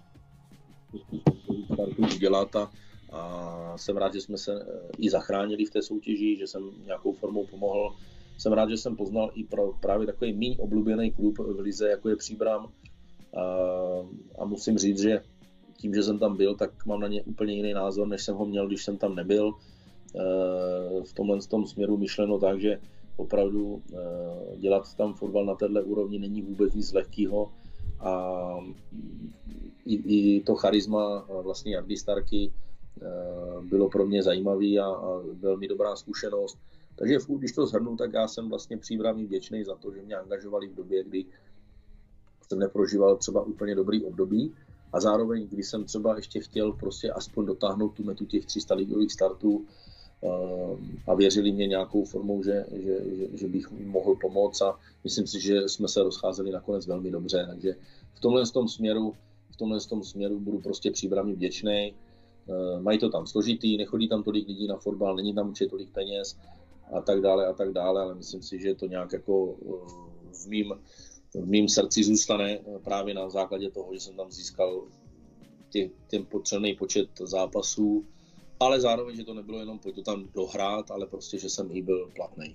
startů udělat a A jsem rád, že jsme se i zachránili v té soutěži, že jsem nějakou formou pomohl. Jsem rád, že jsem poznal i pro právě takový méně oblíbený klub v lize, jako je Příbram. A, a musím říct, že tím, že jsem tam byl, tak mám na ně úplně jiný názor, než jsem ho měl, když jsem tam nebyl. V tomhle tom směru myšleno tak, že opravdu dělat tam fotbal na této úrovni není vůbec nic lehkého. A i, i to charisma vlastně Jardy Starky bylo pro mě zajímavý a, a velmi dobrá zkušenost. Takže když to shrnu, tak já jsem vlastně Příbrami vděčný za to, že mě angažovali v době, kdy jsem neprožíval třeba úplně dobrý období a zároveň, když jsem třeba ještě chtěl prostě aspoň dotáhnout tu metu těch tří sta ligových startů, a věřili mě nějakou formou, že, že, že, že bych mohl pomoct a myslím si, že jsme se rozcházeli nakonec velmi dobře, takže v tomhle tom směru, v tomhle tom směru budu prostě Příbrami vděčnej. Mají to tam složitý, nechodí tam tolik lidí na fotbal, není tam určitě tolik peněz a tak dále a tak dále, ale myslím si, že to nějak jako v mým, v mým srdci zůstane právě na základě toho, že jsem tam získal tě, ten potřebný počet zápasů, ale zároveň, že to nebylo jenom pojď to tam dohrát, ale prostě, že jsem i byl platnej.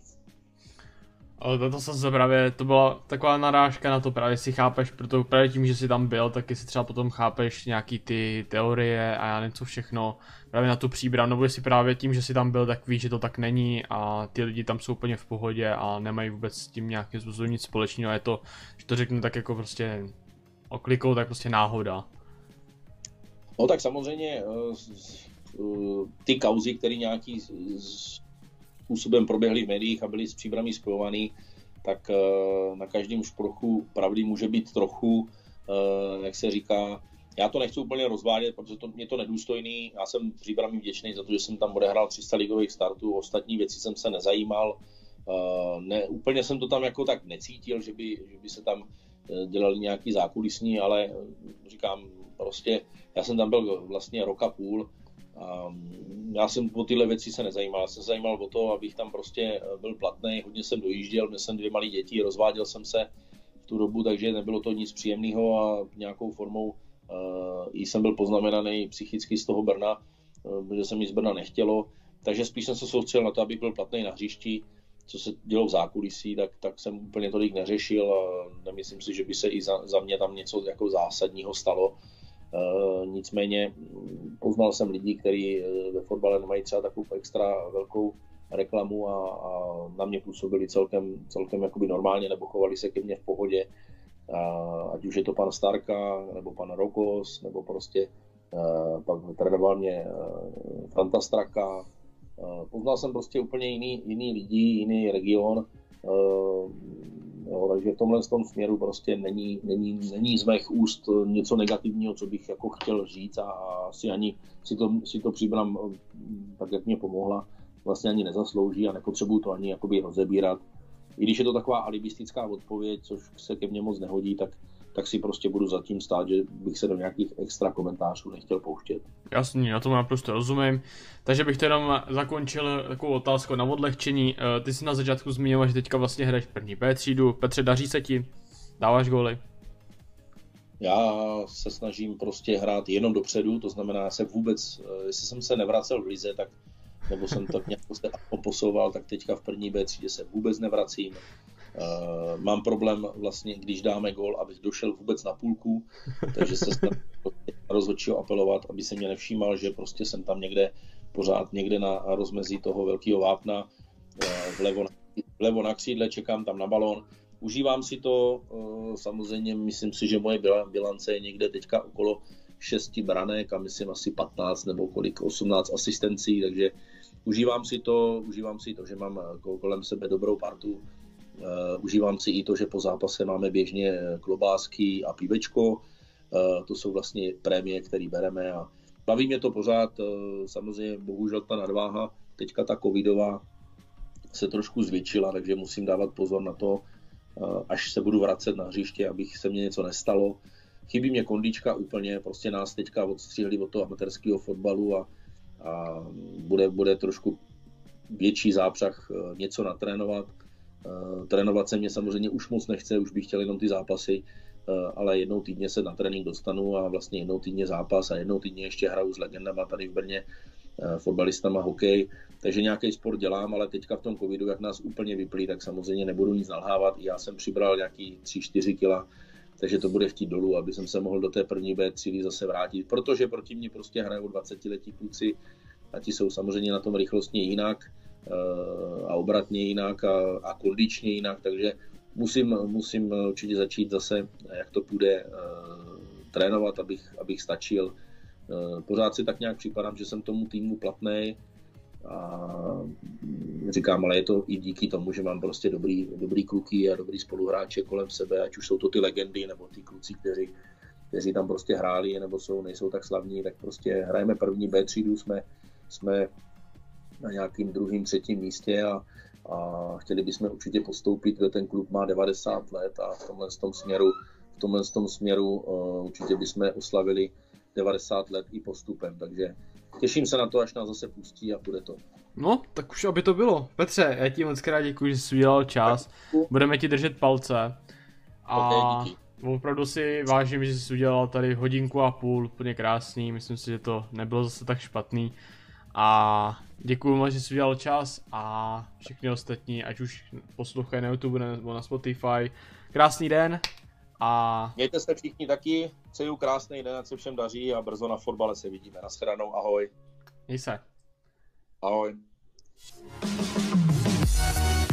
Ale to se právě, to byla taková narážka na to právě, si chápeš, proto právě tím, že jsi tam byl, tak si třeba potom chápeš nějaký ty teorie a já nevím co všechno, právě na tu Příbram, nebo jestli právě tím, že jsi tam byl, tak víš, že to tak není a ty lidi tam jsou úplně v pohodě a nemají vůbec s tím nějakým způsobem nic společného a je to, že to řeknu tak jako prostě oklikou, tak prostě náhoda. No tak samozřejmě ty kauzy, které nějaký způsobem proběhly v médiích a byly s Příbrami spojovaný, tak na každém šprochu pravdy může být trochu, jak se říká, já to nechci úplně rozvádět, protože to, mě to nedůstojný, já jsem Příbrami vděčný za to, že jsem tam odehrál tři sta ligových startů, ostatní věci jsem se nezajímal, ne, úplně jsem to tam jako tak necítil, že by, že by se tam dělali nějaký zákulisní, ale říkám, prostě já jsem tam byl vlastně rok a půl. Já jsem o tyhle věci se nezajímal, já jsem se zajímal o to, abych tam prostě byl platný, hodně jsem dojížděl, měl jsem dvě malé děti, rozváděl jsem se v tu dobu, takže nebylo to nic příjemného a nějakou formou uh, jsem byl poznamenaný psychicky z toho Brna, uh, protože se mi z Brna nechtělo, takže spíš jsem se soustředil na to, abych byl platný na hřišti. Co se dělo v zákulisí, tak, tak jsem úplně tolik neřešil a nemyslím si, že by se i za, za mě tam něco jako zásadního stalo. E, nicméně poznal jsem lidi, kteří ve fotbale nemají třeba takovou extra velkou reklamu a, a na mě působili celkem, celkem jakoby normálně nebo chovali se ke mně v pohodě. A, ať už je to pan Starka, nebo pan Rokos, nebo prostě e, pak trénoval mě Franta Straka. Poznal jsem prostě úplně jiný, jiný lidi, jiný region, jo, takže v tomhle tom směru prostě není, není, není z mých úst něco negativního, co bych jako chtěl říct a asi ani si to, si to Příbram, tak jak mě pomohla, vlastně ani nezaslouží a nepotřebuju to ani jakoby rozebírat. I když je to taková alibistická odpověď, což se ke mně moc nehodí, tak tak si prostě budu zatím stát, že bych se do nějakých extra komentářů nechtěl pouštět. Jasně, na tomu naprosto rozumím. Takže bych to jenom zakončil takovou otázku na odlehčení. Ty jsi na začátku zmiňoval, že teďka vlastně hraješ první B třídu. Petře, daří se ti? Dáváš góly? Já se snažím prostě hrát jenom dopředu, to znamená, se vůbec, jestli jsem se nevracel v lize, tak nebo jsem tak nějak se posouval, tak teďka v první B třídě se vůbec nevracím. Uh, mám problém vlastně, když dáme gól, abych došel vůbec na půlku, takže se snažím rozhodčího apelovat, aby se mě nevšímal, že prostě jsem tam někde pořád někde na rozmezí toho velkého vápna, uh, vlevo, vlevo na křídle, čekám tam na balón. Užívám si to, uh, samozřejmě myslím si, že moje bilance je někde teďka okolo šesti branek a myslím asi patnáct nebo kolik, osmnáct asistencí, takže užívám si to, užívám si to, že mám kolem sebe dobrou partu. Uh, užívám si i to, že po zápase máme běžně klobásky a pívečko. Uh, to jsou vlastně prémie, které bereme a baví mě to pořád. Uh, samozřejmě bohužel ta nadváha, teďka ta covidová se trošku zvětšila, takže musím dávat pozor na to, uh, až se budu vracet na hřiště, abych se mně něco nestalo. Chybí mě kondička úplně, prostě nás teďka odstřihli od toho amatérského fotbalu a, a bude, bude trošku větší zápřah uh, něco natrénovat. Uh, trénovat se mě samozřejmě už moc nechce, už bych chtěl jenom ty zápasy, uh, ale jednou týdně se na trénink dostanu a vlastně jednou týdně zápas a jednou týdně ještě hraju s legendama tady v Brně, uh, fotbalistama, hokej, takže nějaký sport dělám, ale teďka v tom covidu, jak nás úplně vyplí, tak samozřejmě nebudu nic nalhávat, já jsem přibral nějaký tři čtyři kila, takže to bude chtít dolů, aby jsem se mohl do té první B třídy zase vrátit, protože proti mně prostě hrajou dvacetiletí kluci a ti jsou samozřejmě na tom rychlostně jinak a obratně jinak a, a kondičně jinak, takže musím, musím určitě začít zase, jak to půjde, trénovat, abych, abych stačil. Pořád si tak nějak připadám, že jsem tomu týmu platnej a říkám, ale je to i díky tomu, že mám prostě dobrý, dobrý kluky a dobrý spoluhráče kolem sebe, ať už jsou to ty legendy nebo ty kluci, kteří, kteří tam prostě hráli nebo jsou, nejsou tak slavní, tak prostě hrajeme první B třídu, jsme, jsme na nějakým druhým, třetím místě a, a chtěli bychom určitě postoupit, protože ten klub má devadesát let a v tomhle tom směru, v tomhle tom směru uh, určitě bychom oslavili devadesát let i postupem, takže těším se na to, až nás zase pustí a bude to. No, tak už aby to bylo. Petře, já ti moc krát děkuji, že jsi udělal čas, budeme ti držet palce a okay, díky. Opravdu si vážím, že jsi udělal tady hodinku a půl, úplně krásný, myslím si, že to nebylo zase tak špatný. A děkuji moc, že jsi udělal čas a všichni ostatní, ať už poslouchají na YouTube nebo na Spotify. Krásný den a... Mějte se všichni taky, přeju krásný den, ať se všem daří a brzo na fotbale se vidíme. Nashledanou, ahoj. Měj se. Ahoj.